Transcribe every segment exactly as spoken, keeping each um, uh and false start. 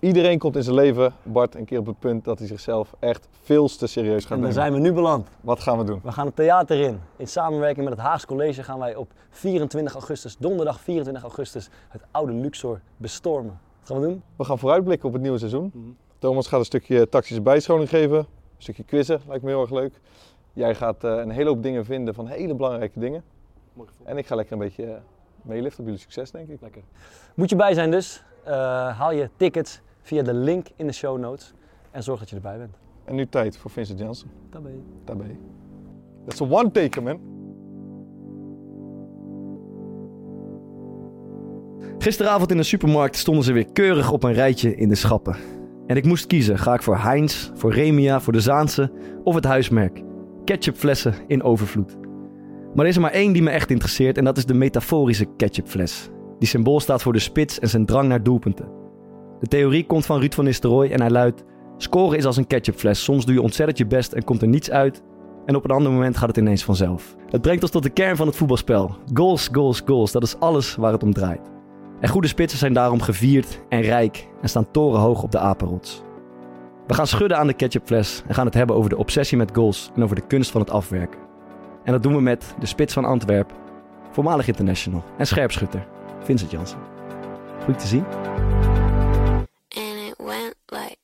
Iedereen komt in zijn leven, Bart, een keer op het punt dat hij zichzelf echt veel te serieus gaat En nemen. daar zijn we nu beland. Wat gaan we doen? We gaan het theater in. In samenwerking met het Haags College gaan wij op vierentwintig augustus, donderdag vierentwintig augustus, het oude Luxor bestormen. Wat gaan we doen? We gaan vooruitblikken op het nieuwe seizoen. Mm-hmm. Thomas gaat een stukje tactische bijscholing geven, een stukje quizzen, lijkt me heel erg leuk. Jij gaat uh, een hele hoop dingen vinden van hele belangrijke dingen. Mooi gevoel. En ik ga lekker een beetje uh, meeliften op jullie succes, denk ik. Lekker. Moet je bij zijn dus. Uh, haal je tickets via de link in de show notes en zorg dat je erbij bent. En nu tijd voor Vincent Janssen. Tabé. Tabé. That's a one taker, man. Gisteravond in de supermarkt stonden ze weer keurig op een rijtje in de schappen. En ik moest kiezen. Ga ik voor Heinz, voor Remia, voor de Zaanse of het huismerk? Ketchupflessen in overvloed. Maar er is er maar één die me echt interesseert en dat is de metaforische ketchupfles. Die symbool staat voor de spits en zijn drang naar doelpunten. De theorie komt van Ruud van Nistelrooy en hij luidt: scoren is als een ketchupfles. Soms doe je ontzettend je best en komt er niets uit. En op een ander moment gaat het ineens vanzelf. Het brengt ons tot de kern van het voetbalspel. Goals, goals, goals. Dat is alles waar het om draait. En goede spitsen zijn daarom gevierd en rijk en staan torenhoog op de apenrots. We gaan schudden aan de ketchupfles en gaan het hebben over de obsessie met goals en over de kunst van het afwerken. En dat doen we met de spits van Antwerpen, voormalig international en scherpschutter Vincent Janssen. Goed te zien. And it went like...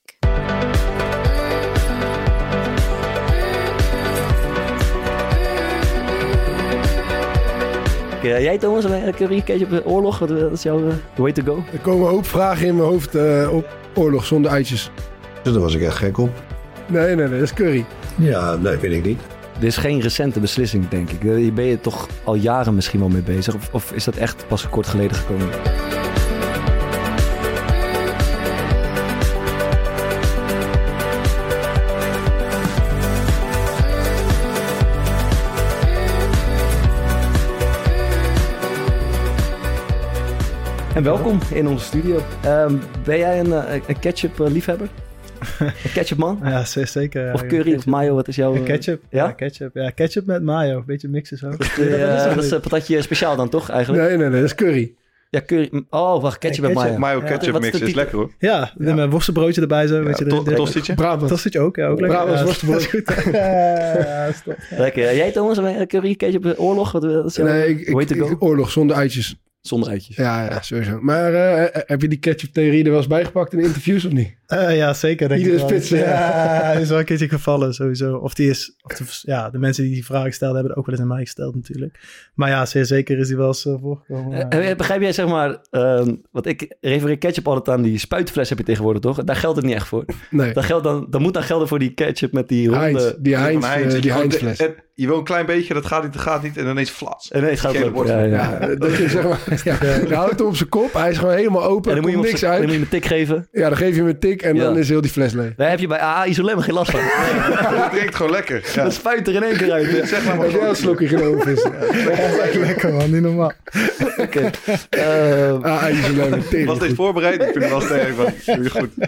Ja, jij Thomas, een keertje op de oorlog, wat is jouw uh, way to go? Er komen een hoop vragen in mijn hoofd uh, op oorlog zonder eitjes. Dus daar was ik echt gek op. Nee, nee, nee, dat is curry. Ja, nee, weet ik niet. Dit is geen recente beslissing, denk ik. Hier ben je toch al jaren misschien wel mee bezig? Of, of is dat echt pas kort geleden gekomen? En welkom in onze studio. Um, ben jij een, een ketchup-liefhebber? Een ketchupman? Ja, zeker. Ja. Of curry of mayo, wat is jouw... Ja, ketchup. Ja? Ja, ketchup. Ja, ketchup met mayo. Beetje mixen zo. Dat, uh, dat is een patatje speciaal dan toch eigenlijk? Nee, nee, nee, dat is curry. Ja, curry. Oh, wacht, ketchup met mayo. Mayo ketchup ja. mix is lekker hoor. Ja, ja. Met worstenbroodje erbij zo. Ja, to- de, tostietje? Brabant. Tostietje ook, ja. Ook lekker. Brabants ja, worstenbroodje. Ja, stop. Lekker. Ja, jij Thomas, curry, ketchup, oorlog? Wat, wat is jouw Nee, ik, way to ik, go? ik, oorlog zonder eitjes. Zonder eitjes. Ja, ja, sowieso. Maar uh, heb je die ketchup-theorie er wel eens bijgepakt in interviews of niet? Uh, ja, zeker. Denk Iedere ik wel. spits. Ja, is wel een keertje gevallen sowieso. Of die is... Of de, ja, de mensen die die vraag gesteld hebben, ook wel eens aan mij gesteld natuurlijk. Maar ja, zeer zeker is die wel eens uh, voorgekomen. Uh, begrijp jij zeg maar... Um, want ik refereer ketchup altijd aan die spuitfles heb je tegenwoordig toch? Daar geldt het niet echt voor. Nee. Dat, geldt dan, dat moet dan gelden voor die ketchup met die ronde... Heinz, die Heinz, Van Heinz, uh, die gewoon Heinz-fles. de- het- Je wil een klein beetje, dat gaat niet, dat gaat niet en ineens flats. En ineens gaat het Gele ook. Ja, ja. Ja, dat je zeg maar, ja, je houdt hem op zijn kop, hij is gewoon helemaal open, En er dan moet, je komt hem op niks z'n- dan moet uit. je hem een tik geven. Ja, dan geef je hem een tik en Ja. dan is heel die fles leeg. Daar heb je bij A A Isolem geen last van. Het drinkt gewoon lekker. Ja. Dat spuit er in één keer uit. Zeg maar Heb maar jij een slokje genomen, vis? Lekker man, niet normaal. Oké. Uh, Ah, je zo leuk. Was dit voorbereid? Ik vind het wel sterk, maar doe je goed.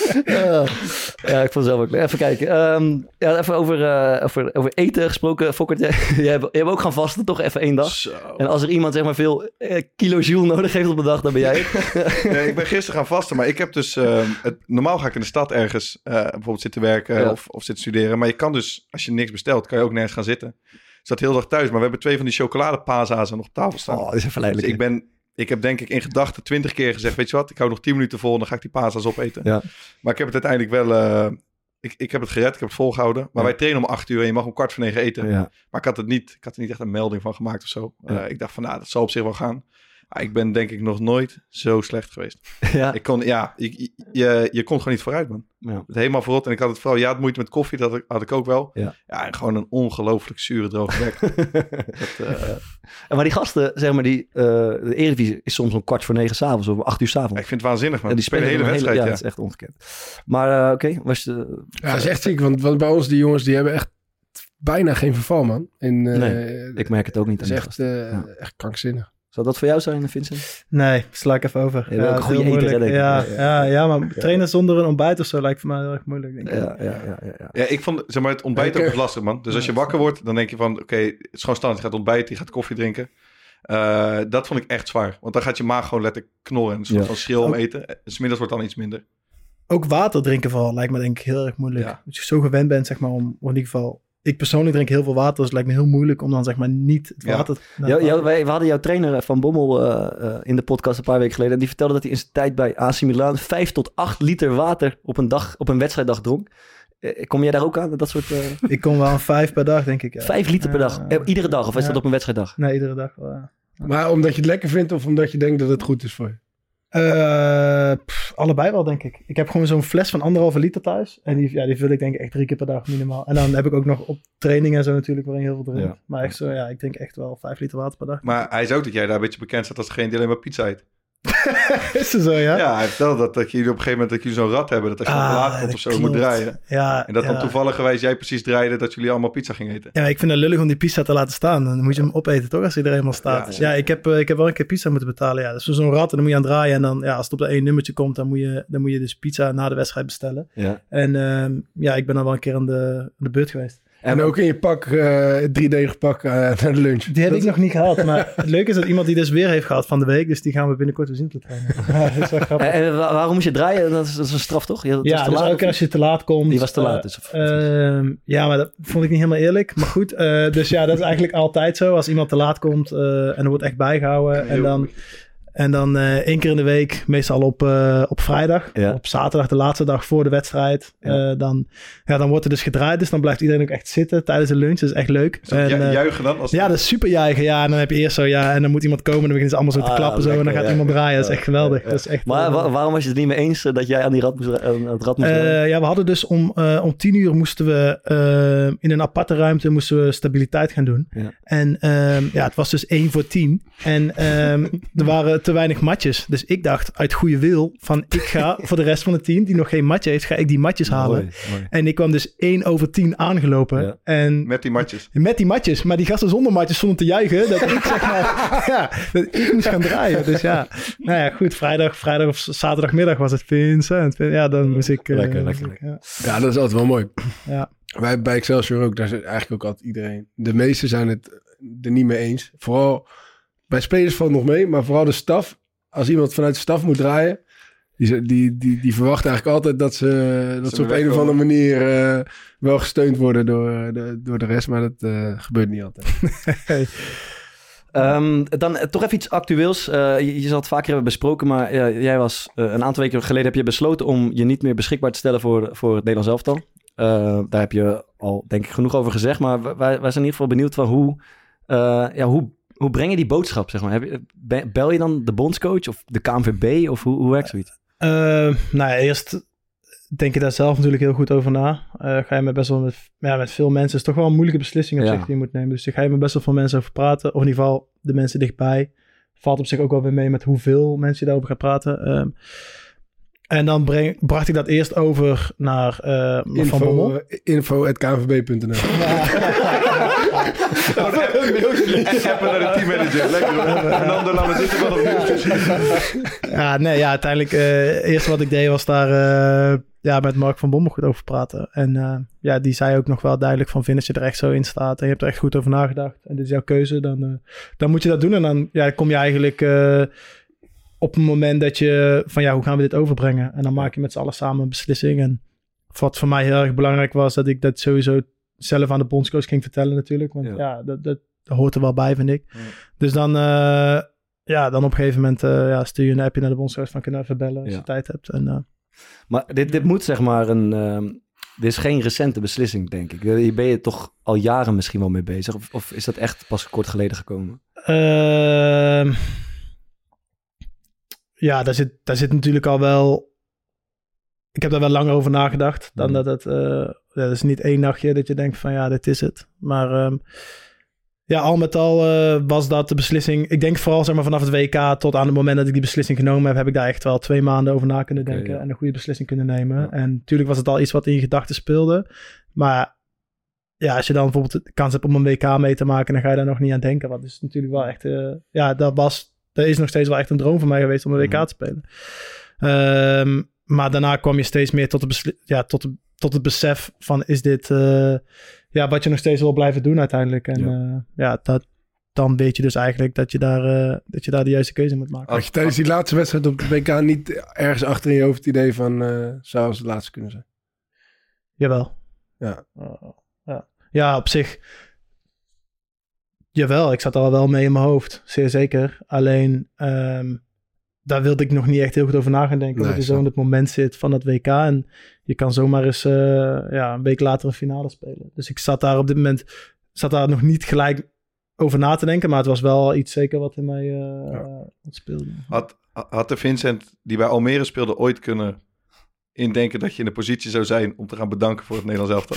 uh, ja, ik vond het zelf ook leuk. Even kijken. Um, ja, even over, uh, over, over eten gesproken. Fokkert, jij, jij, hebt, jij hebt ook gaan vasten, toch? Even één dag. Zo. En als er iemand zeg maar veel uh, kilojoule nodig heeft op de dag, dan ben jij het. Nee, ik ben gisteren gaan vasten, maar ik heb dus... Uh, het, normaal ga ik in de stad ergens uh, bijvoorbeeld zitten werken Ja. of, of zitten studeren. Maar je kan dus, als je niks bestelt, kan je ook nergens gaan zitten. Ik zat heel de dag thuis, maar we hebben twee van die chocoladepazazen nog op tafel staan. Oh, dat is even Dus verleidelijk. ik ben... Ik heb denk ik in gedachten twintig keer gezegd... weet je wat, ik hou nog tien minuten vol... en dan ga ik die pasa's opeten. Ja. Maar ik heb het uiteindelijk wel... Uh, ik, ik heb het gered, ik heb het volgehouden. Maar Ja. wij trainen om acht uur... en je mag om kwart voor negen eten. Ja. Maar ik had, het niet, ik had er niet echt een melding van gemaakt of zo. Ja. Uh, ik dacht van, nou, dat zal op zich wel gaan. Maar ik ben denk ik nog nooit zo slecht geweest. Ja. Ik kon, ja, je, je, je kon gewoon niet vooruit, man. Ja. Het helemaal verrot. En ik had het vooral, ja, het moeite met koffie, dat had ik, had ik ook wel. Ja. Ja, en gewoon een ongelooflijk zure droge bek. dat, uh, En maar die gasten, zeg maar, die, uh, de Eredivisie is soms om kwart voor negen s'avonds of om acht uur s'avonds. ik vind het waanzinnig, man. En Die spelen de hele een wedstrijd, ja. ja. Dat is echt ongekend. Maar uh, oké, okay, was de... Ja, dat is echt ziek, want, want bij ons die jongens, die hebben echt bijna geen verval, man. En, uh, Nee, ik merk het ook niet Dat aan is die echt, gasten. uh, Ja. echt krankzinnig. Zou dat voor jou zijn, Vincent? Nee, sla ik even over. Je wil ook het is goede heel eten, moeilijk. hè, denk ja, ik. ja, ja, maar trainen zonder een ontbijt of zo lijkt voor mij heel erg moeilijk, denk ik. Ja, ja, ja, ja, ja. Ja, ik vond zeg maar, het ontbijt Ik, ook uh, nog lastig, man. Dus als je wakker wordt, dan denk je van... oké, okay, het is gewoon standaard. Je gaat ontbijten, je gaat koffie drinken. Uh, dat vond ik echt zwaar. Want dan gaat je maag gewoon letterlijk knorren. En een soort Ja. van schil om eten. En 's middags wordt dan iets minder. ook water drinken vooral lijkt me denk ik heel erg moeilijk. Ja. Als je zo gewend bent, zeg maar, om in ieder geval... Ik persoonlijk drink heel veel water, dus het lijkt me heel moeilijk om dan zeg maar niet het Ja. water... Jou- jou- wij, we hadden jouw trainer Van Bommel uh, uh, in de podcast een paar weken geleden. En die vertelde dat hij in zijn tijd bij A C Milan vijf tot acht liter water op een dag, op een wedstrijddag dronk. Uh, kom jij daar ook aan? Dat soort... Uh... Ik kom wel een vijf per dag, denk ik. Ja. Vijf liter per dag? Uh, Uh, iedere dag? Of is ja. dat op een wedstrijddag? Nee, iedere dag wel, ja. Maar omdat je het lekker vindt of omdat je denkt dat het goed is voor je? Uh, pff, allebei wel, denk ik. Ik heb gewoon zo'n fles van anderhalve liter thuis. En die, ja, die vul ik denk ik echt drie keer per dag minimaal. En dan heb ik ook nog op training en zo natuurlijk waarin heel veel drink. Ja. Maar echt zo, ja, ik denk echt wel vijf liter water per dag. Maar hij is ook dat jij daar een beetje bekend staat als degene die alleen maar pizza eet. Is het zo, ja? Ja, hij vertelde dat, dat jullie op een gegeven moment dat jullie zo'n rad hebben. Dat als je Ah, te laat komt dat of zo klopt. moet draaien. Ja, En dat dan ja. toevalligerwijs jij precies draaide dat jullie allemaal pizza gingen eten. Ja, maar ik vind het lullig om die pizza te laten staan. Dan moet je hem opeten, toch? Als hij er eenmaal staat. Ja, Dus zeker. ja, ik heb, uh, ik heb wel een keer pizza moeten betalen. Ja, dus zo'n rad en dan moet je aan draaien. En dan, ja, als het op de één nummertje komt, dan moet je, dan moet je dus pizza na de wedstrijd bestellen. Ja. En uh, ja, ik ben dan wel een keer aan de, aan de beurt geweest. En ook in je pak, uh, drie D pak uh, naar de lunch. Die heb ik nog niet gehad. Maar het leuke is dat iemand die dus weer heeft gehad van de week. Dus die gaan we binnenkort weer zien te trainen. Ja, dat is wel grappig. En, en wa- waarom moest je draaien? Dat is, dat is een straf, toch? Je, dat was Ja, te dus laat, elke keer als je te laat komt. Die was te laat, uh, dus. uh, ja, maar dat vond ik niet helemaal eerlijk. Maar goed, uh, dus ja, dat is eigenlijk altijd zo. Als iemand te laat komt uh, en er wordt echt bijgehouden. En dan, en dan uh, één keer in de week, meestal op, uh, op vrijdag. Ja. Op zaterdag, de laatste dag voor de wedstrijd. Ja. Uh, dan, ja, dan wordt er dus gedraaid. Dus dan blijft iedereen ook echt zitten tijdens de lunch. Dat is echt leuk. Is dat En, ju- uh, juichen dan? Als ja, dat is super juichen. Ja, en dan heb je eerst zo, ja, en dan moet iemand komen. En dan beginnen ze allemaal zo te Ah, klappen. Zo, en dan lekker, gaat ja. iemand draaien. Dat is echt geweldig. Ja, ja. Dat is echt, Maar uh, wa- waarom was je het niet mee eens uh, dat jij aan, die rad moest, uh, aan het rad moest draaien? Uh, ja, we hadden dus om, uh, om tien uur moesten we uh, in een aparte ruimte moesten we stabiliteit gaan doen. Ja. En um, ja, het was dus één voor tien. En um, er waren te weinig matjes. Dus ik dacht uit goede wil van ik ga voor de rest van het team die nog geen matje heeft, ga ik die matjes halen. Mooi, mooi. En ik kwam dus één over tien aangelopen. Ja. En Met die matjes. met die matjes. Maar die gasten zonder matjes stonden te juichen. Dat ik zeg maar, ja, dat ik moest gaan draaien. Dus ja, nou ja, goed. Vrijdag, vrijdag of zaterdagmiddag was het Vincent. Ja, dan moest ik... Uh, Lekker, moest lekker, ik, ja. Ja, dat is altijd wel mooi. Ja. Wij bij Excelsior ook, daar is eigenlijk ook altijd iedereen. De meesten zijn het er niet mee eens. Vooral bij spelers valt het nog mee, maar vooral de staf. Als iemand vanuit de staf moet draaien, die, die, die, die verwacht eigenlijk altijd dat ze, dat Ze ze op een wegkomen. of andere manier uh, wel gesteund worden door de, door de rest. Maar dat uh, gebeurt niet altijd. Um, dan uh, toch even iets actueels. Uh, je, je zal het vaker hebben besproken, maar uh, jij was uh, een aantal weken geleden heb je besloten om je niet meer beschikbaar te stellen voor, voor het Nederlands elftal. Uh, daar heb je al denk ik genoeg over gezegd, maar wij, wij zijn in ieder geval benieuwd van hoe, uh, ja, hoe, hoe breng je die boodschap, zeg maar? Heb je, bel je dan de bondscoach of de K N V B of hoe, hoe werkt zoiets? Uh, nou ja, eerst denk je daar zelf natuurlijk heel goed over na. Uh, ga je met best wel met, ja, met veel mensen. Het is toch wel een moeilijke beslissing op Ja. zich die je moet nemen. Dus daar ga je met best wel veel mensen over praten. Of in ieder geval de mensen dichtbij. Valt op zich ook wel weer mee met hoeveel mensen je daarover gaat praten. Um, en dan breng, bracht ik dat eerst over naar uh, Van Bommel. Info, uh, info at k n v b punt n l En appen naar de teammanager. Lekker. Fernando, laat me zitten wat op nieuws. Ja, nee, ja, uiteindelijk uh, eerst wat ik deed was daar uh, ja, met Mark van Bommel goed over praten. En uh, ja, die zei ook nog wel duidelijk van vind als je er echt zo in staat en je hebt er echt goed over nagedacht en dit is jouw keuze, dan, uh, dan moet je dat doen. En dan ja, kom je eigenlijk uh, op een moment dat je van ja, hoe gaan we dit overbrengen? En dan maak je met z'n allen samen een beslissing. En wat voor mij heel erg belangrijk was, dat ik dat sowieso zelf aan de bondscoach ging vertellen natuurlijk. Want ja, ja dat, dat hoort er wel bij, vind ik. Ja. Dus dan... Uh, Ja, dan op een gegeven moment uh, ja, stuur je een appje naar de bondscoach van kunnen even bellen als ja. je tijd hebt. En, uh... Maar dit, dit moet zeg maar een... Uh, dit is geen recente beslissing, denk ik. Hier ben je toch al jaren misschien wel mee bezig? Of, of is dat echt pas kort geleden gekomen? Uh, ja, daar zit, daar zit natuurlijk al wel... Ik heb daar wel langer over nagedacht. Dan mm. dat het... Uh, dat is niet één nachtje dat je denkt van ja, dit is het. Maar... Um, Ja, al met al uh, was dat de beslissing. Ik denk vooral zeg maar, vanaf het W K tot aan het moment dat ik die beslissing genomen heb, heb ik daar echt wel twee maanden over na kunnen denken. Okay, ja. En een goede beslissing kunnen nemen. Ja. En natuurlijk was het al iets wat in je gedachten speelde. Maar ja, als je dan bijvoorbeeld de kans hebt om een W K mee te maken, dan ga je daar nog niet aan denken. Wat is natuurlijk wel echt... Uh, ja, dat was... Dat is nog steeds wel echt een droom van mij geweest om een W K mm. te spelen. Um, maar daarna kwam je steeds meer tot, de besli- ja, tot, de, tot het besef van is dit... Uh, Ja, wat je nog steeds wil blijven doen uiteindelijk. En ja, uh, ja dat, dan weet je dus eigenlijk dat je daar, uh, dat je daar de juiste keuze moet maken. Had je tijdens die laatste wedstrijd op de W K niet ergens achter in je hoofd het idee van... Uh, zou het de laatste kunnen zijn? Jawel. Ja. Uh, ja. ja, op zich... Jawel, ik zat er al wel mee in mijn hoofd. Zeer zeker. Alleen, um, daar wilde ik nog niet echt heel goed over na gaan denken. Nee, omdat je zo in het moment zit van dat W K. En je kan zomaar eens uh, ja, een week later een finale spelen. Dus ik zat daar op dit moment... zat daar nog niet gelijk over na te denken. Maar het was wel iets zeker wat in mij uh, ja. speelde. Had, had de Vincent, die bij Almere speelde, ooit kunnen indenken dat je in de positie zou zijn om te gaan bedanken voor het Nederlands elftal?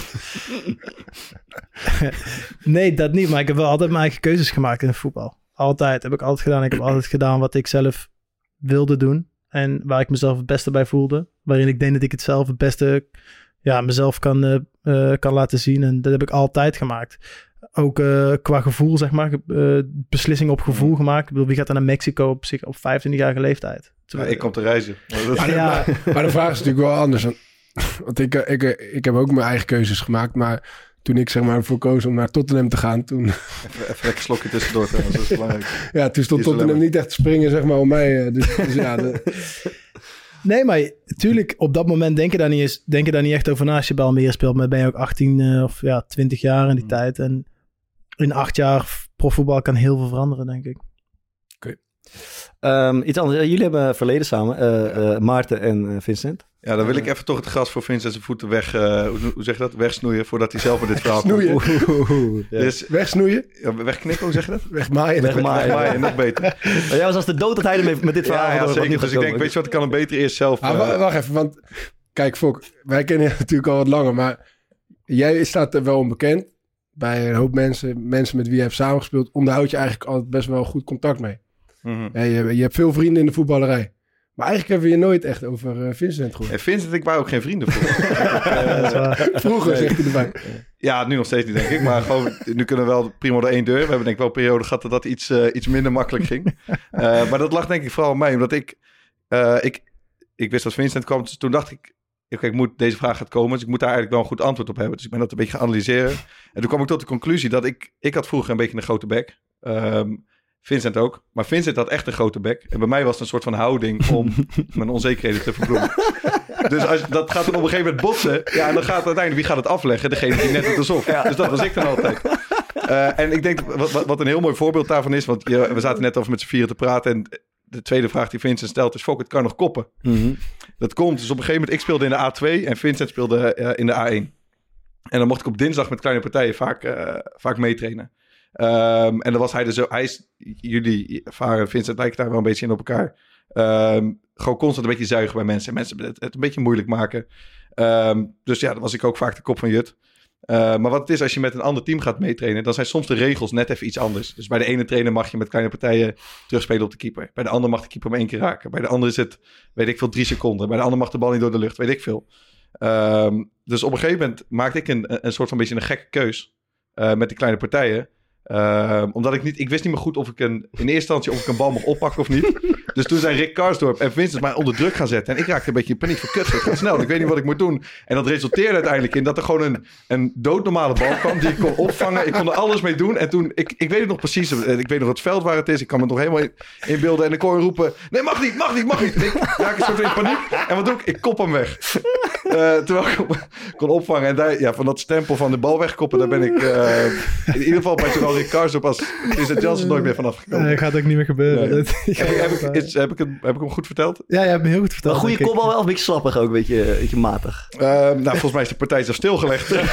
Nee, dat niet. Maar ik heb wel altijd mijn eigen keuzes gemaakt in het voetbal. Altijd. Heb ik altijd gedaan. Ik heb altijd gedaan wat ik zelf wilde doen. En waar ik mezelf het beste bij voelde. Waarin ik denk dat ik het zelf het beste ja, mezelf kan, uh, uh, kan laten zien. En dat heb ik altijd gemaakt. Ook uh, qua gevoel, zeg maar. Uh, beslissingen op gevoel gemaakt. Ik bedoel, wie gaat dan naar Mexico op, zich, op vijfentwintigjarige leeftijd? Ja, ik kom te reizen. Maar, dat... maar, ja. maar, maar de vraag is natuurlijk wel anders. Want ik, ik, ik heb ook mijn eigen keuzes gemaakt. Maar toen ik zeg maar ervoor koos om naar Tottenham te gaan, toen... Even, even lekker slokje tussendoor. Dat is belangrijk. Ja, toen stond Tottenham niet echt te springen, zeg maar, om mij. Dus, dus ja... De... Nee, maar natuurlijk, op dat moment denk je daar niet, eens, denk je daar niet echt over na als je bij Almere speelt. Maar ben je ook achttien uh, of ja, twintig jaar in die mm. tijd. En in acht jaar profvoetbal kan heel veel veranderen, denk ik. Oké. Okay. Um, iets anders. Jullie hebben verleden samen, uh, uh, Maarten en uh, Vincent. Ja, dan wil ik even toch het gras voor Vincent zijn voeten weg, uh, hoe, hoe zeg je dat? Wegsnoeien voordat hij zelf met dit verhaal komt. Snoeien. Oeh, oeh, oeh, ja. Dus, wegsnoeien? Ja, wegknippen, hoe zeg je dat? Wegmaaien. Wegmaaien, Wegmaaien nog beter. Maar jij was als de dood dat hij ermee met dit verhaal... Ja, ja zeker. Dus ik denk, weet je wat, ik kan hem beter eerst zelf... Ah, uh... Wacht even, want kijk Fok, wij kennen je natuurlijk al wat langer, maar jij staat er wel onbekend. Bij een hoop mensen, mensen met wie je hebt samengespeeld, onderhoud je eigenlijk altijd best wel goed contact mee. Mm-hmm. Ja, je, je hebt veel vrienden in de voetballerij. Maar eigenlijk hebben we je nooit echt over uh, Vincent gehoord. En Vincent, ik wou ook geen vrienden voor. uh, Vroeger nee. zegt hij erbij. Ja, nu nog steeds niet, denk ik. Maar gewoon, nu kunnen we wel prima door één deur. We hebben denk ik wel een periode gehad dat dat iets, uh, iets minder makkelijk ging. Uh, maar dat lag denk ik vooral aan mij. Omdat ik, uh, ik, ik wist dat Vincent kwam. Dus toen dacht ik, okay, ik moet, deze vraag gaat komen. Dus ik moet daar eigenlijk wel een goed antwoord op hebben. Dus ik ben dat een beetje gaan analyseren. En toen kwam ik tot de conclusie dat ik... Ik had vroeger een beetje een grote bek. Um, Vincent ook. Maar Vincent had echt een grote bek. En bij mij was het een soort van houding om mijn onzekerheden te verbloemen. Dus als, dat gaat dan op een gegeven moment botsen. Ja, en dan gaat het uiteindelijk, wie gaat het afleggen? Degene die net het alsof. Ja. Dus dat was ik dan altijd. Uh, en ik denk, wat, wat, wat een heel mooi voorbeeld daarvan is... want je, we zaten net over met z'n vieren te praten... en de tweede vraag die Vincent stelt is... Fok, het kan nog koppen. Mm-hmm. Dat komt. Dus op een gegeven moment, ik speelde in de A twee... en Vincent speelde uh, in de A één. En dan mocht ik op dinsdag met kleine partijen vaak, uh, vaak meetrainen. Um, en dan was hij er zo... Hij is, jullie ervaren, Vincent lijkt daar wel een beetje in op elkaar. Um, gewoon constant een beetje zuigen bij mensen. En mensen het, het een beetje moeilijk maken. Um, dus ja, dan was ik ook vaak de kop van Jut. Uh, maar wat het is, als je met een ander team gaat meetrainen... dan zijn soms de regels net even iets anders. Dus bij de ene trainer mag je met kleine partijen terugspelen op de keeper. Bij de ander mag de keeper maar één keer raken. Bij de ander is het, weet ik veel, drie seconden. Bij de ander mag de bal niet door de lucht, weet ik veel. Um, dus op een gegeven moment maakte ik een, een soort van beetje een gekke keus... Uh, met de kleine partijen... Uh, omdat ik niet, ik wist niet meer goed of ik een, in eerste instantie of ik een bal mocht oppakken of niet. Dus toen zijn Rick Karsdorp en Vincent mij onder druk gaan zetten. En ik raakte een beetje in paniek van kut, het gaat snel. Ik weet niet wat ik moet doen. En dat resulteerde uiteindelijk in dat er gewoon een, een doodnormale bal kwam die ik kon opvangen. Ik kon er alles mee doen. En toen, ik, ik weet het nog precies. Ik weet nog het veld waar het is. Ik kan me nog helemaal inbeelden. En ik kon roepen, nee mag niet, mag niet, mag niet. En ik raak een soort in paniek. En wat doe ik? Ik kop hem weg. Uh, terwijl ik op, kon opvangen. En daar, ja, van dat stempel van de bal wegkoppen, daar ben ik uh, in ieder geval bij zowel Rick Karsdorp als Vincent Janssen nooit meer vanaf gekomen. Nee, gaat ook niet meer gebeuren. Nee. Heb, heb, ik, is, heb, ik het, heb ik hem goed verteld? Ja, je hebt me heel goed verteld. Een goede kopbal wel een beetje slappig ook, een beetje, een beetje matig. Uh, nou, volgens mij is de partij zelf stilgelegd. dat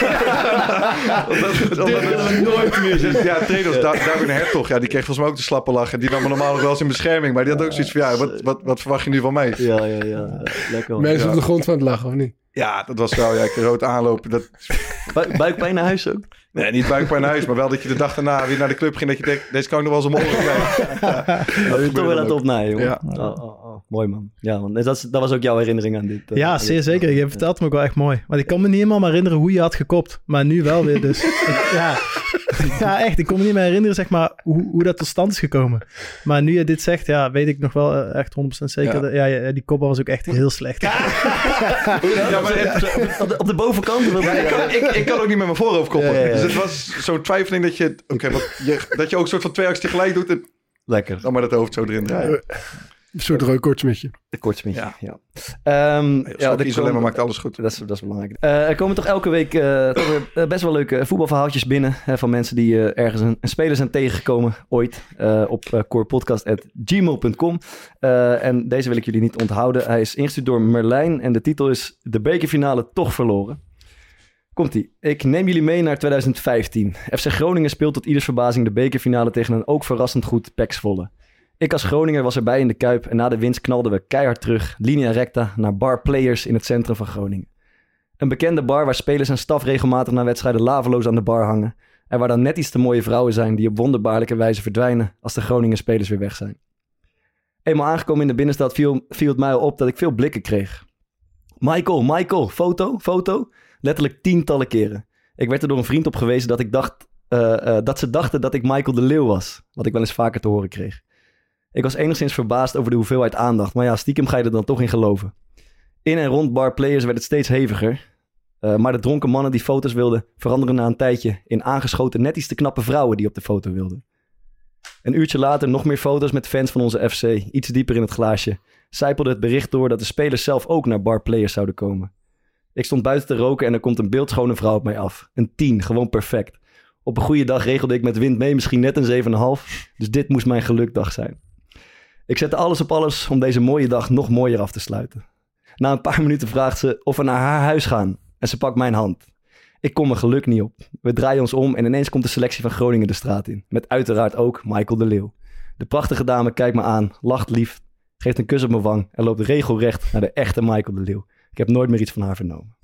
willen we nooit meer zien. Ja, trainers, Darwin Hertog, ja, die kreeg volgens mij ook de slappe lach. En die nam me normaal nog wel eens in bescherming. Maar die had ook zoiets van, ja, wat, wat, wat verwacht je nu van mij? Ja, ja, ja. Lekker. Mensen ja. op de grond van het lachen, of niet? Ja, dat was wel, ja, ik rood aanlopen. Dat... Bu- buikpijn naar huis ook? Nee, niet buikpijn naar huis, maar wel dat je de dag daarna weer naar de club ging. Dat je denkt, deze kan ik nog wel eens omhoog krijgen. Ja, ja, je toch wel aan het opnaaien, jongen. Ja. Oh, oh, oh. Mooi, man. Ja, man. Dat, dat was ook jouw herinnering aan dit. Uh, ja, zeer dit, zeker. Je vertelt me ook wel echt mooi. Want ik kan me niet helemaal herinneren hoe je had gekopt. Maar nu wel weer, dus. ik, ja. ja, echt. Ik kon me niet meer herinneren, zeg maar, hoe, hoe dat tot stand is gekomen. Maar nu je dit zegt, ja, weet ik nog wel uh, echt honderd procent zeker. Ja. Dat, ja, ja, die kopbal was ook echt heel slecht. Ja, maar het, op, de, op de bovenkant? Ja, ik, kan, ik, ik kan ook niet met mijn voorhoofd koppelen. Ja, ja, ja. Dus het was zo'n twijfeling dat je, okay, wat, je... dat je ook een soort van twee acties tegelijk doet en Lekker. dan maar dat hoofd zo erin draaien. Een soort rookkortsmetje. De kortsmetje, ja. Ja. ja. Um, Ja, ja, dat alleen maar maakt alles goed. Dat is, dat is belangrijk. Uh, er komen toch elke week uh, toch weer uh, best wel leuke voetbalverhaaltjes binnen. Hè, van mensen die uh, ergens een, een speler zijn tegengekomen ooit. Uh, op uh, corepodcast at gmail dot com. Uh, en deze wil ik jullie niet onthouden. Hij is ingestuurd door Merlijn. En de titel is De bekerfinale toch verloren. Komt-ie. Ik neem jullie mee naar twintig vijftien. F C Groningen speelt tot ieders verbazing de bekerfinale tegen een ook verrassend goed P E C Zwolle. Ik als Groninger was erbij in de Kuip en na de winst knalden we keihard terug, linea recta, naar Bar Players in het centrum van Groningen. Een bekende bar waar spelers en staf regelmatig na wedstrijden laveloos aan de bar hangen. En waar dan net iets te mooie vrouwen zijn die op wonderbaarlijke wijze verdwijnen als de Groningen spelers weer weg zijn. Eenmaal aangekomen in de binnenstad viel, viel het mij al op dat ik veel blikken kreeg. Michael, Michael, foto, foto. Letterlijk tientallen keren. Ik werd er door een vriend op gewezen dat, ik dacht, uh, uh, dat ze dachten dat ik Michael de Leeuw was. Wat ik wel eens vaker te horen kreeg. Ik was enigszins verbaasd over de hoeveelheid aandacht. Maar ja, stiekem ga je er dan toch in geloven. In en rond Bar Players werd het steeds heviger. Uh, maar de dronken mannen die foto's wilden veranderen na een tijdje in aangeschoten net iets te knappe vrouwen die op de foto wilden. Een uurtje later nog meer foto's met fans van onze F C. Iets dieper in het glaasje. Sijpelde het bericht door dat de spelers zelf ook naar Bar Players zouden komen. Ik stond buiten te roken en er komt een beeldschone vrouw op mij af. Een tien, gewoon perfect. Op een goede dag regelde ik met wind mee misschien net een zeven komma vijf. Dus dit moest mijn gelukdag zijn. Ik zette alles op alles om deze mooie dag nog mooier af te sluiten. Na een paar minuten vraagt ze of we naar haar huis gaan. En ze pakt mijn hand. Ik kom mijn geluk niet op. We draaien ons om en ineens komt de selectie van Groningen de straat in. Met uiteraard ook Michael de Leeuw. De prachtige dame kijkt me aan, lacht lief, geeft een kus op mijn wang en loopt regelrecht naar de echte Michael de Leeuw. Ik heb nooit meer iets van haar vernomen.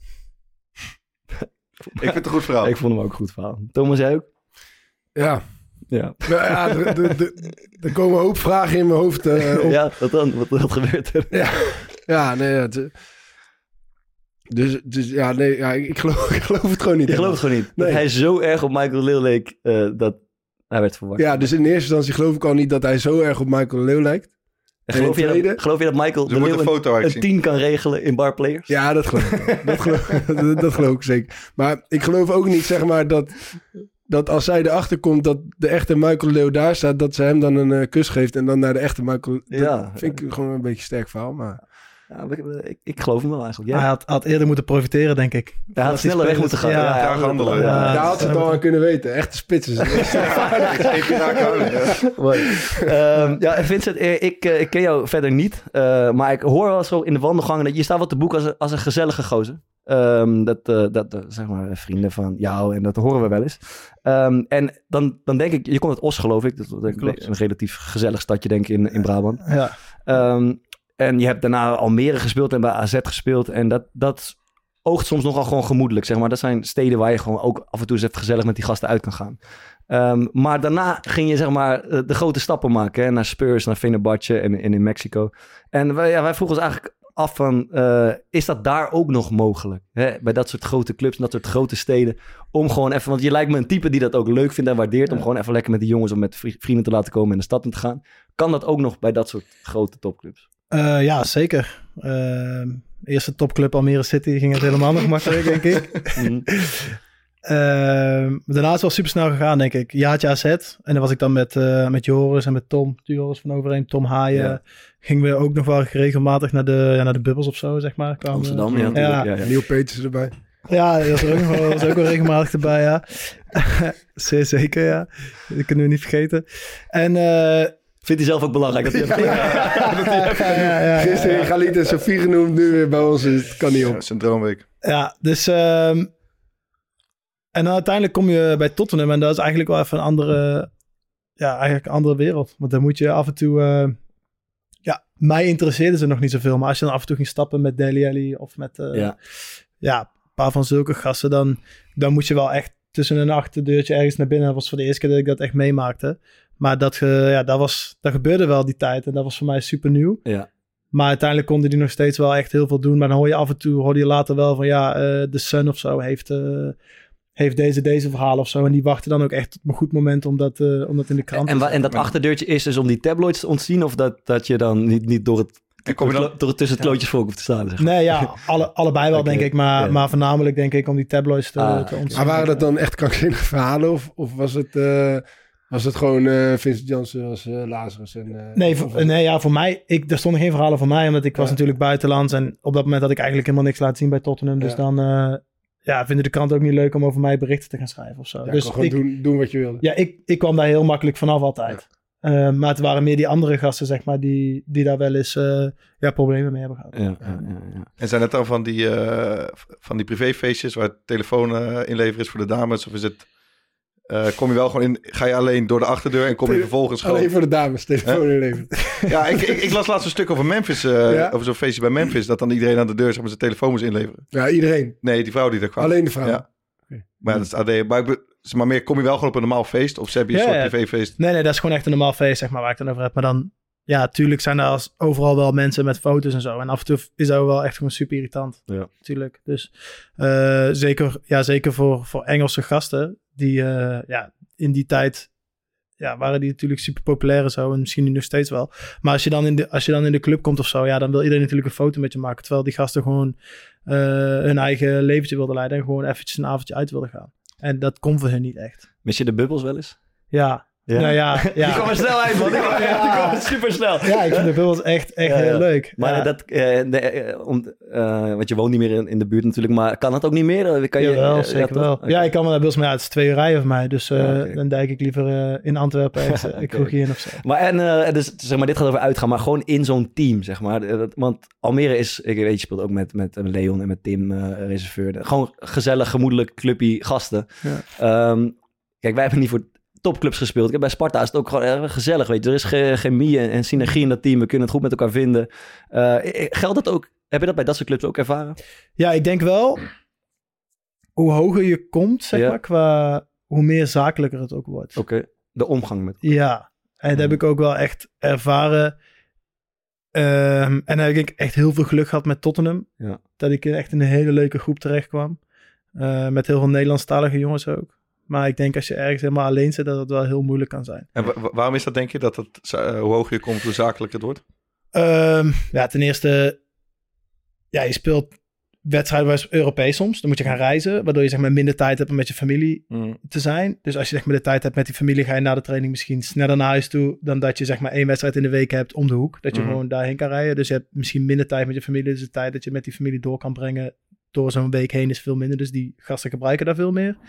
Ik vind het een goed verhaal. Ik vond hem ook een goed verhaal. Thomas, jij ook? Ja. Ja. Nou ja, er, er, er, er komen een hoop vragen in mijn hoofd. Uh, op. Ja, wat dan? Wat, wat gebeurt er? Ja, ja nee. Het, dus, dus ja, nee, ja, ik, geloof, ik geloof het gewoon niet. Je gelooft het gewoon niet. Nee. Dat hij zo erg op Michael de Leeuw leek, uh, dat hij werd verwacht. Ja, dus in eerste instantie geloof ik al niet dat hij zo erg op Michael de Leeuw lijkt. En geloof, je tweede, dat, geloof je dat Michael Dus de Leeuw een, foto een, een tien kan regelen in Bar Players? Ja, dat geloof ik. dat, geloof, dat, dat geloof ik zeker. Maar ik geloof ook niet, zeg maar, dat, dat als zij erachter komt dat de echte Michael de Leeuw daar staat, dat ze hem dan een uh, kus geeft en dan naar de echte Michael. Ja. Dat vind ik gewoon een beetje een sterk verhaal, maar... Ja, ik, ik geloof hem wel eigenlijk. Ja. Hij had, had eerder moeten profiteren, denk ik. Hij had sneller weg moeten gaan. Ja, Ja, graag handelen. Ja, Daar ja, had ze het al aan kunnen weten. Echte spitsen. um, ja, Vincent, ik, ik ken jou verder niet. Uh, maar ik hoor wel zo in de wandelgangen dat je staat wel te boek als een, als een gezellige gozer. Um, dat, uh, dat uh, zeg maar vrienden van jou en dat horen we wel eens. Um, en dan, dan denk ik, je komt uit Os geloof ik. Dat is een relatief gezellig stadje denk ik in, in Brabant. Ja. Um, en je hebt daarna Almere gespeeld en bij A Z gespeeld. En dat, dat oogt soms nogal gewoon gemoedelijk, zeg maar. Dat zijn steden waar je gewoon ook af en toe eens even gezellig met die gasten uit kan gaan. Um, maar daarna ging je, zeg maar, de grote stappen maken. Hè? Naar Spurs, naar Fenerbahce en, en in Mexico. En wij, ja, wij vroegen ons eigenlijk af van, uh, is dat daar ook nog mogelijk? Hè? Bij dat soort grote clubs, dat soort grote steden. Om gewoon even, want je lijkt me een type die dat ook leuk vindt en waardeert. Ja. Om gewoon even lekker met die jongens of met vrienden te laten komen en de stad in te gaan. Kan dat ook nog bij dat soort grote topclubs? Uh, ja, zeker. Uh, eerste topclub Almere City ging het helemaal nog makkelijk, denk ik. Mm. uh, daarna is het wel super snel gegaan, denk ik. Jaartje A Z. En dan was ik dan met, uh, met Joris en met Tom. Joris van Overeem, Tom Haaien. Ja. Gingen we ook nog wel regelmatig naar de, ja, naar de bubbels of zo, zeg maar. Kwamen, Amsterdam, ja. ja. ja, ja. Neil Peters erbij. Ja, dat was ook, nog wel, was ook wel regelmatig erbij, ja. Zeer zeker, ja. Dat kunnen we niet vergeten. En... Uh, Vindt hij zelf ook belangrijk? Dat hij ja, ja, ja, ja, ja, gisteren Galit en Sofie genoemd, nu weer bij ons. Het kan niet op. Ja, zijn droomweek. Ja, dus... Um, en dan uiteindelijk kom je bij Tottenham en dat is eigenlijk wel even een andere... Ja, eigenlijk een andere wereld. Want dan moet je af en toe... Uh, ja, mij interesseerde ze nog niet zoveel. Maar als je dan af en toe ging stappen met Dele Alli of met... Uh, ja. ja, een paar van zulke gasten, dan, dan moet je wel echt tussen een achterdeurtje ergens naar binnen. Dat was voor de eerste keer dat ik dat echt meemaakte. Maar dat, uh, ja, dat, was, dat gebeurde wel die tijd. En dat was voor mij super nieuw. Ja. Maar uiteindelijk konden die nog steeds wel echt heel veel doen. Maar dan hoor je af en toe, hoor je later wel van ja, uh, de Sun of zo heeft, uh, heeft deze deze verhalen of zo. En die wachten dan ook echt op een goed moment om dat, uh, om dat in de krant en, te wa- zetten. en dat achterdeurtje is dus om die tabloids te ontzien? Of dat, dat je dan niet, niet door het, En kom je dan- door het tussen het klootjesvolk hoeft te staan? Zeg maar. Nee, ja, alle, allebei wel Oké, denk ik. Maar, ja. maar voornamelijk denk ik om die tabloids te, Ah, te oké. ontzien. Maar waren dat dan echt krankzinnige verhalen? Of, of was het, uh, was het gewoon uh, Vincent Janssen als uh, Lazarus? En, uh, Nee, of voor, was- nee, ja, voor mij, ik, er stonden geen verhalen voor mij, omdat ik was Ja. natuurlijk buitenlands. En op dat moment had ik eigenlijk helemaal niks laten zien bij Tottenham. Dus Ja. dan uh, ja, vinden de kranten ook niet leuk om over mij berichten te gaan schrijven of zo. Ja, dus kon gewoon ik, doen, doen wat je wilde. ja, ik, ik kwam daar heel makkelijk vanaf altijd. Uh, maar het waren meer die andere gasten, zeg maar, die, die daar wel eens uh, ja, problemen mee hebben gehad. Ja, ja, ja, ja. En zijn het dan van die, uh, van die privéfeestjes waar het telefoon uh, inleveren is voor de dames? Of is het, uh, kom je wel gewoon in, ga je alleen door de achterdeur en kom je vervolgens gewoon... Alleen voor de dames, telefoon Huh? inleveren. Ja, ik, ik, ik las laatst een stuk over Memphis, uh, Ja? over zo'n feestje bij Memphis, dat dan iedereen aan de deur zeg maar, zijn telefoon moest inleveren. Ja, iedereen. Nee, die vrouw die er kwam. Alleen de vrouw. Ja. Oké. Maar ja, dat is A D. Maar, ik be- maar meer, kom je wel gewoon op een normaal feest? Of heb je een Ja, soort ja. privéfeest? Nee, nee, dat is gewoon echt een normaal feest, zeg maar, waar ik het dan over heb. Maar dan, ja, tuurlijk zijn er als, overal wel mensen met foto's en zo. En af en toe is dat wel echt gewoon super irritant. Ja. Natuurlijk. Dus uh, zeker, ja, zeker voor, voor Engelse gasten, die uh, ja, in die tijd ja, waren die natuurlijk super populair en zo. En misschien nu nog steeds wel. Maar als je dan in de, als je dan in de club komt of zo, ja, dan wil iedereen natuurlijk een foto met je maken. Terwijl die gasten gewoon uh, hun eigen leventje wilden leiden en gewoon eventjes een avondje uit wilden gaan. En dat kon voor hen niet echt. Mis je de bubbels wel eens? Ja. Ja? Nou ja, ja. Die kwam er snel uit, man. Die kwam, Ja. die kwam super snel. Ja, ik vind de bubbels echt, echt Ja, ja. heel leuk. Maar ja. dat, eh, de, eh, om, eh, want je woont niet meer in, in de buurt natuurlijk, maar kan dat ook niet meer? Kan je, Jawel, eh, zeker toch? wel. Oké. Ja, ik kan wel naar Bubbels, maar ja, het is twee uur rijden van mij. Dus uh, Ja, oké. dan dijk ik liever uh, in Antwerpen ergens uh, Oké. een kroegje in of zo. Maar en, eh, dus, zeg maar, dit gaat over uitgaan, maar gewoon in zo'n team, zeg maar. Eh, dat- Want Almere is, ik weet, je speelt ook met, met Leon en met Tim, uh, reserveur. Gewoon gezellig, gemoedelijk, clubpie, gasten. Ja. Um, kijk, wij hebben niet voor topclubs gespeeld. Kijk, bij Sparta is het ook gewoon erg gezellig, weet je. Er is ge- chemie en, en synergie in dat team. We kunnen het goed met elkaar vinden. Uh, geldt dat ook? Heb je dat bij dat soort clubs ook ervaren? Ja, ik denk wel, hoe hoger je komt, zeg Ja. maar, qua hoe meer zakelijker het ook wordt. Oké, okay. De omgang met... Ja, en dat heb ik ook wel echt ervaren. Um, en dan heb ik echt heel veel geluk gehad met Tottenham. Ja. Dat ik echt in een hele leuke groep terecht kwam. Uh, met heel veel Nederlandstalige jongens ook. Maar ik denk als je ergens helemaal alleen zit, dat het wel heel moeilijk kan zijn. En wa- waarom is dat, denk je, dat het, uh, hoe hoger je komt, hoe zakelijker het wordt? Um, ja, ten eerste, ja, je speelt wedstrijden Europees soms. Dan moet je gaan reizen, waardoor je zeg maar minder tijd hebt om met je familie Mm. te zijn. Dus als je zeg maar de tijd hebt met die familie, ga je na de training misschien sneller naar huis toe dan dat je zeg maar één wedstrijd in de week hebt om de hoek. Dat je Mm. gewoon daarheen kan rijden. Dus je hebt misschien minder tijd met je familie. Dus de tijd dat je met die familie door kan brengen door zo'n week heen is veel minder. Dus die gasten gebruiken daar veel meer.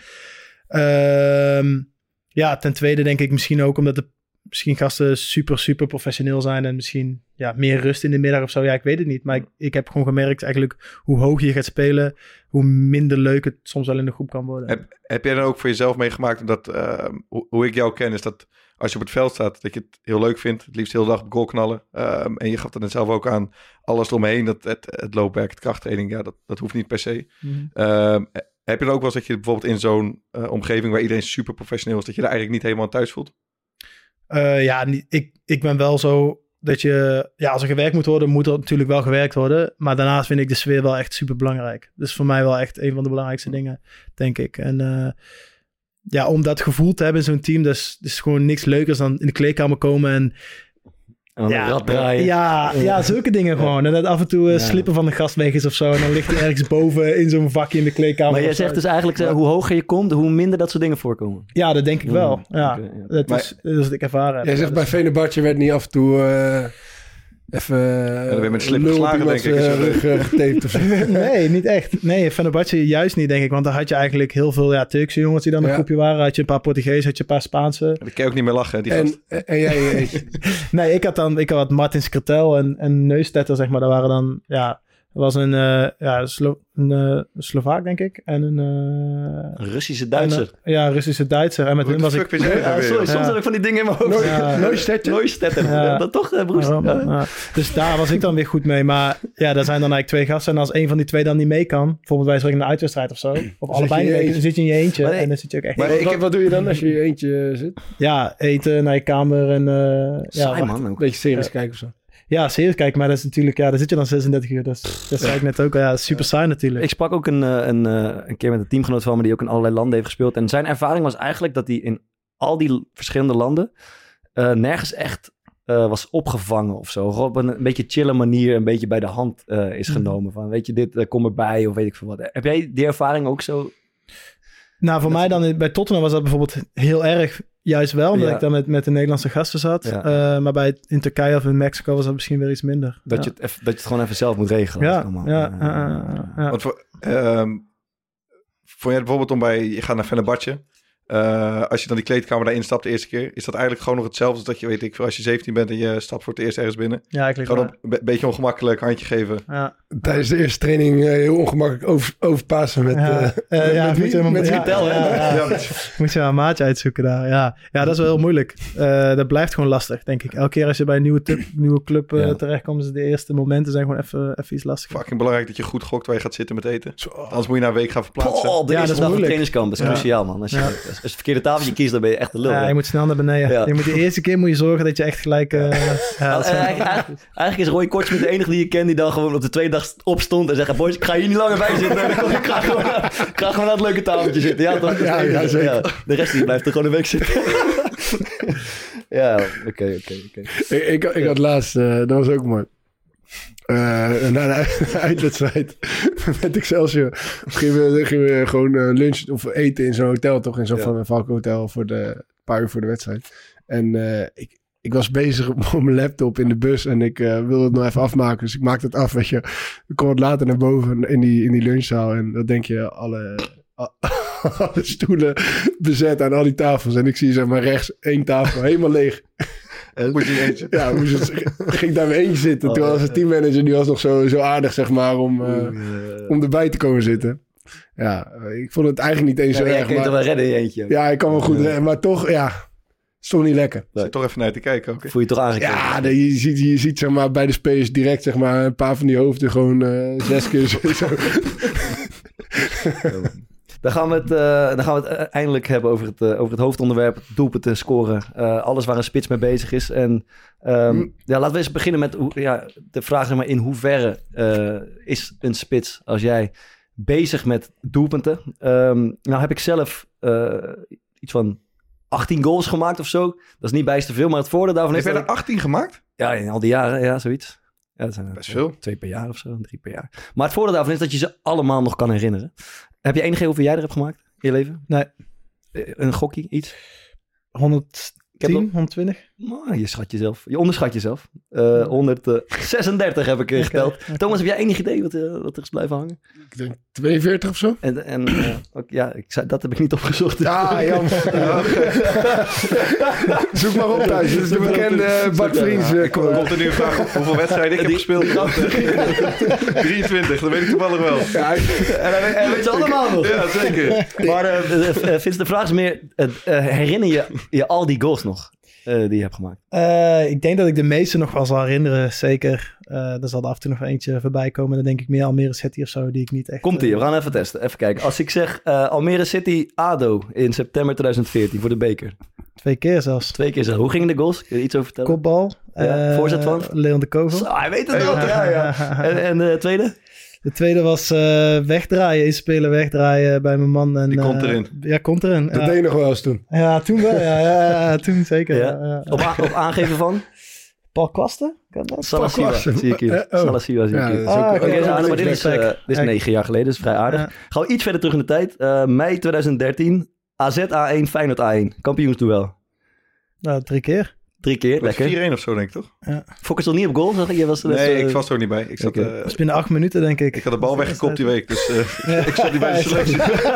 Um, ja, ten tweede denk ik misschien ook omdat de misschien gasten super, super professioneel zijn en misschien ja, meer rust in de middag of zo. Ja, ik weet het niet. Maar ik, ik heb gewoon gemerkt eigenlijk hoe hoger je gaat spelen, hoe minder leuk het soms wel in de groep kan worden. Heb, heb jij dan ook voor jezelf meegemaakt dat, uh, hoe, hoe ik jou ken, is dat als je op het veld staat, dat je het heel leuk vindt, het liefst heel de dag op goal knallen. Um, en je gaf dat net zelf ook aan, alles eromheen, dat, het, het loopwerk, het krachttraining, ja, dat, dat hoeft niet per se. Mm-hmm. Um, heb je dan ook wel eens dat je bijvoorbeeld in zo'n uh, omgeving waar iedereen super professioneel is, dat je daar eigenlijk niet helemaal thuis voelt? Uh, ja, ik, ik ben wel zo dat je... Ja, als er gewerkt moet worden, moet er natuurlijk wel gewerkt worden. Maar daarnaast vind ik de sfeer wel echt super belangrijk. Dus voor mij wel echt een van de belangrijkste dingen, denk ik. En uh, ja, om dat gevoel te hebben in zo'n team, dat is, dat is gewoon niks leukers dan in de kleedkamer komen en... En dan ja, een rad draaien. Ja, ja, zulke dingen gewoon. En dat af en toe uh, Ja. slippen van de gast weg is of zo. En dan ligt hij ergens boven in zo'n vakje in de kleedkamer. Maar jij of zo. zegt dus eigenlijk, uh, hoe hoger je komt, hoe minder dat soort dingen voorkomen. Ja, dat denk ik wel. Mm, Ja, oké, ja. dat, Maar- is, dat is wat ik ervaren heb. Jij Ja, zegt bij dus- Fenerbahce werd niet af en toe uh, even uh, dan weer met slip lul op geslagen, iemands, denk ik, is uh, dat- rug uh, getaped of zo. Nee, niet echt. Nee, Fenerbahce juist niet, denk ik. Want daar had je eigenlijk heel veel ja, Turkse jongens die dan een Ja. groepje waren. Had je een paar Portugees, had je een paar Spaanse. Dan kan je ook niet meer lachen, hè, die gast. En, en jij, eentje. Nee, ik had dan ik had Martin Skrtel en, en Neustetter, zeg maar. Dat waren dan, ja... Er was een, uh, ja, Slo een uh, Slovaak, denk ik. En een... Uh, Een Russische Duitser. en, uh, ja, Russische Duitser. En met Hoe hun de was fuck ik... weet jij dat Ja, weer, sorry, joh? soms Ja. heb ik van die dingen in mijn hoofd. Ja. Neustetter? Neustetter. Ja. Dat toch, uh, broers? Ja, Ja. ja. Dus daar was ik dan weer goed mee. Maar ja, daar zijn dan eigenlijk twee gasten. En als een van die twee dan niet mee kan, bijvoorbeeld wij spreken in een uitwedstrijd of zo, of allebei je niet in je mee, dan zit je in je eentje. Maar nee. En dan zit je ook echt... Maar wat, ik wat, heb- wat doe je dan als je in je eentje zit? Ja, eten, naar je kamer en... Uh, ja, Saai, wacht. man. Een Ook. beetje series kijken of zo. Ja, serieus. Kijk, maar dat is natuurlijk... Ja, daar zit je dan zesendertig uur. Dus, dat zei ik net ook. Ja, super saai natuurlijk. Ik sprak ook een, eh, een, eh, een keer met een teamgenoot van me... die ook in allerlei landen heeft gespeeld. En zijn ervaring was eigenlijk dat hij in al die verschillende landen... Uh, nergens echt uh, was opgevangen of zo. Op een, een beetje chille manier... een beetje bij de hand uh, is genomen. Van, weet je, dit uh, kom erbij of weet ik veel wat. Heb jij die ervaring ook zo... Nou, voor mij dan bij Tottenham was dat bijvoorbeeld heel erg juist wel, omdat ja. ik dan met, met de Nederlandse gasten zat. Ja. Uh, maar bij in Turkije of in Mexico was dat misschien weer iets minder. Dat, ja. je, het even, dat je het gewoon even zelf moet regelen. Ja, allemaal. ja, Uh, uh, uh, uh. Want voor, um, vond jij het bijvoorbeeld om bij, je gaat naar Fenerbahce, uh, als je dan die kleedkamer daarin stapt de eerste keer, is dat eigenlijk gewoon nog hetzelfde als dat je, weet ik, als je zeventien bent en je stapt voor het eerst ergens binnen? Ja, eigenlijk gewoon op, een be- beetje ongemakkelijk, handje geven. Ja. Tijdens de eerste training uh, heel ongemakkelijk over, overpassen met... Ja, Uh, uh, met, ja, met, moet je wie? hem- met ja, Vitel, ja, hè? ja, ja. Ja, Moet je een maatje uitzoeken daar. Ja, ja dat is wel heel moeilijk. Uh, dat blijft gewoon lastig, denk ik. Elke keer als je bij een nieuwe, tip, nieuwe club uh, Ja. terechtkomt, is de eerste momenten zijn gewoon even, even iets lastiger. fucking belangrijk dat je goed gokt waar je gaat zitten met eten. Zo. Anders moet je na een week gaan verplaatsen. Oh, de Ja, eerste dat is dag van moeilijk. trainingskamp. Dat is Ja. cruciaal, man. Als je, Ja. als je het verkeerde tafeltje kiest, dan ben je echt de lul. Ja, hè. je moet snel naar beneden. Ja. Je moet de eerste keer moet je zorgen dat je echt gelijk... Uh, ja, dat Uh, is- eigenlijk, eigenlijk, eigenlijk is Roy Kortsmit de enige die je kent die dan gewoon op de tweede dag opstond en zegt: boys, ik ga hier niet langer bij zitten. Ik ga gewoon, ik ga gewoon aan het leuke tafeltje zitten. Ja, toch? Ja, ja, zeker. De rest die blijft er gewoon een week zitten. Ja, oké, oké, oké. Ik, ik, ik had laatst, uh, dat was ook mooi. Uh, na de uitwedstrijd met Excelsior gingen we, gingen we gewoon uh, lunch of eten in zo'n hotel, toch? In zo'n Ja. Van Valken hotel voor de een paar uur voor de wedstrijd. En uh, ik, ik was bezig op mijn laptop in de bus en ik uh, wilde het nog even afmaken. Dus ik maakte het af, weet je. Ik kom wat later naar boven in die, in die lunchzaal en dan denk je alle... alle stoelen bezet aan al die tafels. En ik zie zeg maar rechts één tafel helemaal leeg. En moet je eentje. Ja, moest het, ging ik daar weer eentje zitten. Oh, Toen was ja. de teammanager, die was nog zo, zo aardig, zeg maar, om, uh, om erbij te komen zitten. Ja, ik vond het eigenlijk niet eens Ja, zo jij erg. kun je Maar, toch wel redden in je eentje. ja, ik kan wel goed Ja. redden, maar toch, ja, het is toch niet lekker. Zit toch even naar je te kijken ook. hè? Voel je toch aangekeken? Ja, de- je ziet, je ziet zeg maar bij de spelers direct zeg maar een paar van die hoofden gewoon uh, zes keer zo. zo. Dan gaan we het, uh, dan gaan we het uh, eindelijk hebben over het, uh, over het hoofdonderwerp, doelpunten scoren. Uh, alles waar een spits mee bezig is. En um, Hm. ja, laten we eens beginnen met hoe, ja, de vraag zeg maar, in hoeverre uh, is een spits als jij bezig met doelpunten? Um, nou heb ik zelf uh, iets van achttien goals gemaakt of zo. Dat is niet bijster veel, maar het voordeel daarvan Heb is jij dat er ik- achttien gemaakt? Ja, in al die jaren, ja, zoiets. Ja, dat zijn er Best veel. twee per jaar of zo, drie per jaar. Maar het voordeel daarvan is dat je ze allemaal nog kan herinneren. Heb je enig idee hoeveel jij er hebt gemaakt in je leven? Nee. Eh, Een gokkie, iets? heb honderdtien, nog- honderdtwintig. Oh, je schat jezelf. Je onderschat jezelf. Uh, honderdzesendertig heb ik uh, geteld. Oké. Thomas, heb jij enig idee wat, uh, wat er is blijven hangen? Ik denk tweeënveertig of zo. En, en uh, ook, ja, ik zei, dat heb ik niet opgezocht. Ja, jammer. Zoek maar op thuis. Dit is de bekende Bart Vriends. Ja, ik kom komt er nu een vraag op hoeveel wedstrijden ik heb gespeeld. drieëntwintig, dat weet ik toevallig wel. Ja, ik- En hij weet- hij weet ze allemaal nog. Ja, zeker. Maar uh, uh, uh, Vince, de vraag is meer, uh, uh, herinner je je al die goals nog uh, die je hebt gemaakt? Uh, ik denk dat ik de meeste nog wel zal herinneren, zeker. Uh, er zal er af en toe nog eentje voorbij komen. Dan denk ik meer Almere City of zo, die ik niet echt... Komt-ie, uh, we gaan even testen. Even kijken. Als ik zeg uh, Almere City A D O in september twintig veertien voor de beker. Twee keer zelfs. Twee keer zo. Hoe gingen de goals? Kun je iets over vertellen? Kopbal. Ja, uh, voorzet van? Leon de Kovel. Zo, hij weet het wel. Ja, ja. En, en de tweede? De tweede was uh, wegdraaien, inspelen, wegdraaien bij mijn man. En, Die komt uh, erin. Ja, komt erin. dat ja. deed je nog wel eens toen. Ja, toen wel. Ja, ja, ja toen zeker. Ja. Ja. Ja. Op, a- op aangeven van? Paul Kwasten? Kan dat? Salasiwa, Kwasten. zie ik hier. Eh, oh. Salasiwa zie ik Ja, hier. dat is ook- Ah, Oké, oké, dus, ja, ah, dat maar is dit is, uh, respect. dit is Kijk. negen jaar geleden, dat is vrij aardig. Ja. Gaan we iets verder terug in de tijd. Uh, mei twintig dertien, A Z A één, Feyenoord A één. Kampioensduel. Nou, drie keer. Drie keer, Was lekker. vier één of zo, denk ik, toch? Fokkers nog niet op goal, zag ik? Je was, Nee, uh, ik was er ook niet bij. Ik, zat, Oké. eh, Dat is binnen acht minuten, denk ik. ik had de bal weggekopt die week, dus uh, Ja. ik zat niet bij de selectie.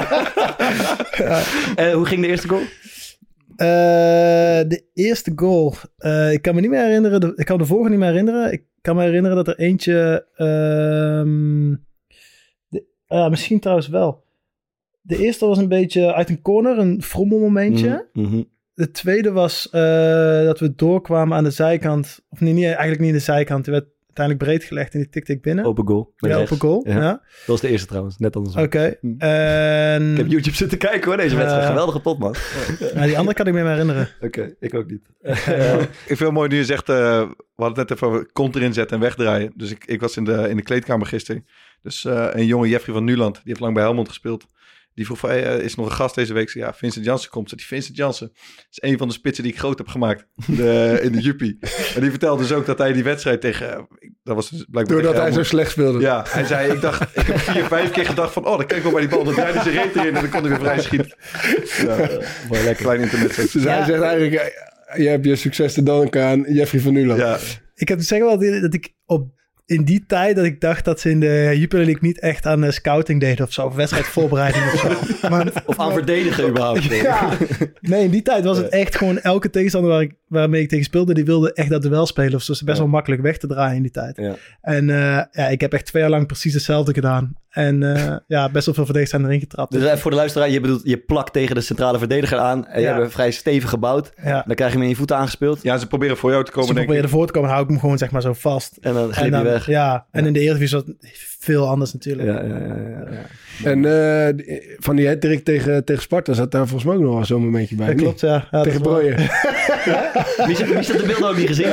Uh, hoe ging de eerste goal? Uh, de eerste goal. Uh, ik kan me niet meer herinneren. De, ik kan de volgende niet meer herinneren. Ik kan me herinneren dat er eentje... Um, de, uh, misschien trouwens wel. De eerste was een beetje uit een corner. Een frommelmomentje. Mm-hmm. De tweede was uh, dat we doorkwamen aan de zijkant. Of nee, niet, eigenlijk niet aan de zijkant. Het werd, uiteindelijk breed gelegd en die tikte ik binnen. Open goal. met Ja, rechts. open goal. Ja. Ja. Dat was de eerste trouwens, net andersom. Oké. En Ik heb YouTube zitten kijken hoor, deze wedstrijd. Eh. Geweldige pot, man. nou, die andere kan ik me herinneren. Oké, ik ook niet. Ik vind het mooi nu je zegt, uh, we hadden het net even over kont erin zetten en wegdraaien. Dus ik, ik was in de, in de kleedkamer gisteren. Dus uh, een jonge Jeffrey van Nuland, die heeft lang bij Helmond gespeeld. Die vroeg van, hey, uh, is er nog een gast deze week? Ik zei, ja, Vincent Janssen komt. Zei die Vincent Janssen is een van de spitsen die ik groot heb gemaakt de, in de Juppie. En die vertelde dus ook dat hij die wedstrijd tegen... Uh, dat was dus blijkbaar Doordat tegen hij zo Helmond. slecht speelde. Ja, hij zei, ik dacht, ik heb vier, vijf keer gedacht van, oh, dan kijk ik wel bij die bal. Dan draaide zijn reet erin en dan kon hij weer vrij schieten. Ja, uh, mooi, lekker. Klein internet. Dus hij zegt eigenlijk, uh, je hebt je succes te danken aan Jeffrey van Nuland. Ja. Ik heb te zeggen wel dat ik op in die tijd dat ik dacht dat ze in de Jupiler League niet echt aan uh, scouting deden of zo. Of wedstrijdvoorbereiding of zo. Maar, Of aan verdedigen überhaupt. ja, nee, in die tijd was het echt gewoon elke tegenstander waar ik, waarmee ik tegen speelde, die wilde echt dat duel spelen. Of ze was best Ja. wel makkelijk weg te draaien in die tijd. Ja. En uh, ja, ik heb echt twee jaar lang precies hetzelfde gedaan. En uh, ja, best wel veel verdedigers zijn erin getrapt. Dus even voor de luisteraar, je bedoelt, je plakt tegen de centrale verdediger aan. En je Ja. hebt vrij stevig gebouwd. Ja. Dan krijg je hem in je voeten aangespeeld. Ja, ze proberen voor jou te komen, Als ik denk ik. probeerde voor te komen, hou ik hem gewoon zeg maar zo vast. En dan glip En je dan, weg. Ja, en Ja. in de Eredivisie was het veel anders natuurlijk. Ja, ja, ja, ja, ja. En uh, die- van die hat-trick tegen, tegen Sparta zat daar volgens mij ook nog wel zo'n momentje bij. Dat klopt, ja. ja dat Tegen is wel- Brooien. Wie zit- wie zit de beelden ook niet gezien?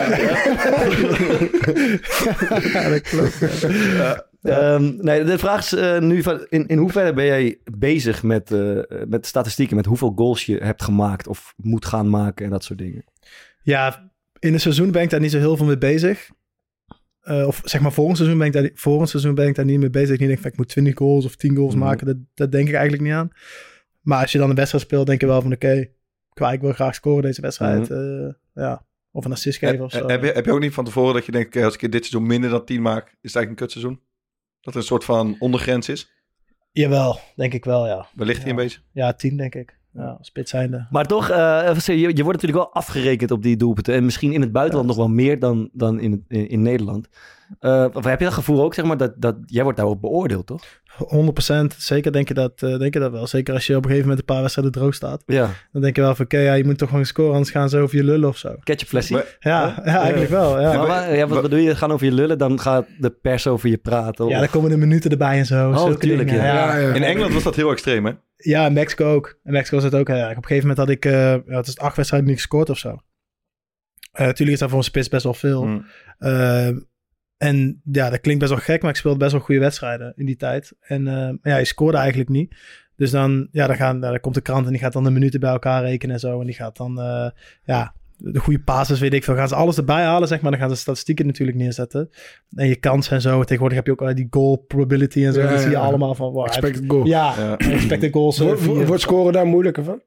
Ja, dat klopt. Ja. Ehm, nee, de vraag is uh, nu, van, in, in hoeverre ben jij bezig met, uh, met statistieken, met hoeveel goals je hebt gemaakt of moet gaan maken en dat soort dingen? Ja, in een seizoen ben ik daar niet zo heel veel mee bezig. Uh, of zeg maar, voor een seizoen ben ik daar, voor een seizoen ben ik daar niet mee bezig. Ik niet denk van, ik moet twintig goals of tien goals Mhm. maken. Dat, dat denk ik eigenlijk niet aan. Maar als je dan een wedstrijd speelt, denk je wel van, oké, okay, ik wil graag scoren deze wedstrijd. Mhm. Uh, ja, of een assist geven of zo. Heb, heb, je, heb je ook niet van tevoren dat je denkt, oké, als ik dit seizoen minder dan tien maak, is het eigenlijk een kutseizoen? Dat er een soort van ondergrens is? Jawel, denk ik wel, ja. Waar ligt hij Ja. een beetje? Ja, tien denk ik. Ja, spits zijnde. Maar toch, uh, even zeggen, je, je wordt natuurlijk wel afgerekend op die doelpunten. En misschien in het buitenland Ja. nog wel meer dan, dan in, het- in, in Nederland. Uh, of heb je dat gevoel ook, zeg maar, dat, dat jij wordt daarop beoordeeld, toch? honderd procent. Zeker denk je, dat, uh, denk je dat wel. Zeker als je op een gegeven moment een paar wedstrijden droog staat. Ja, Dan denk je wel van, oké, ja, je moet toch gewoon scoren, anders gaan ze over je lullen of zo. ketchupflessie. Maar- Ja, ja eigenlijk wel. Ja. Maar waar- ja, wat bedoel je? Gaan over je lullen, dan gaat de pers over je praten. Ja, of- dan komen de minuten erbij en zo. Oh, zulke tuurlijk, dingen. ja. Ja, ja. Ja, In Engeland was dat heel extreem, hè? Ja, in Mexico ook. In Mexico is het ook heel erg. Op een gegeven moment had ik, uh, ja, het is acht wedstrijden niet gescoord of zo. Uh, tuurlijk is dat voor een spits best wel veel. Mm. Uh, en ja, dat klinkt best wel gek, maar ik speelde best wel goede wedstrijden in die tijd. En uh, ja, je scoorde eigenlijk niet. Dus dan, ja, dan, gaan, dan komt de krant en die gaat dan de minuten bij elkaar rekenen en zo. En die gaat dan, uh, ja, de goede passes, weet ik veel. Gaan ze alles erbij halen, zeg maar. Dan gaan ze statistieken natuurlijk neerzetten. En je kansen en zo. Tegenwoordig heb je ook uh, die goal probability en zo. Ja, Dan ja, zie je ja. allemaal van... Wow, Expected goal. Ja, Ja. expected goals. uh, Wordt vier. wordt scoren daar moeilijker van?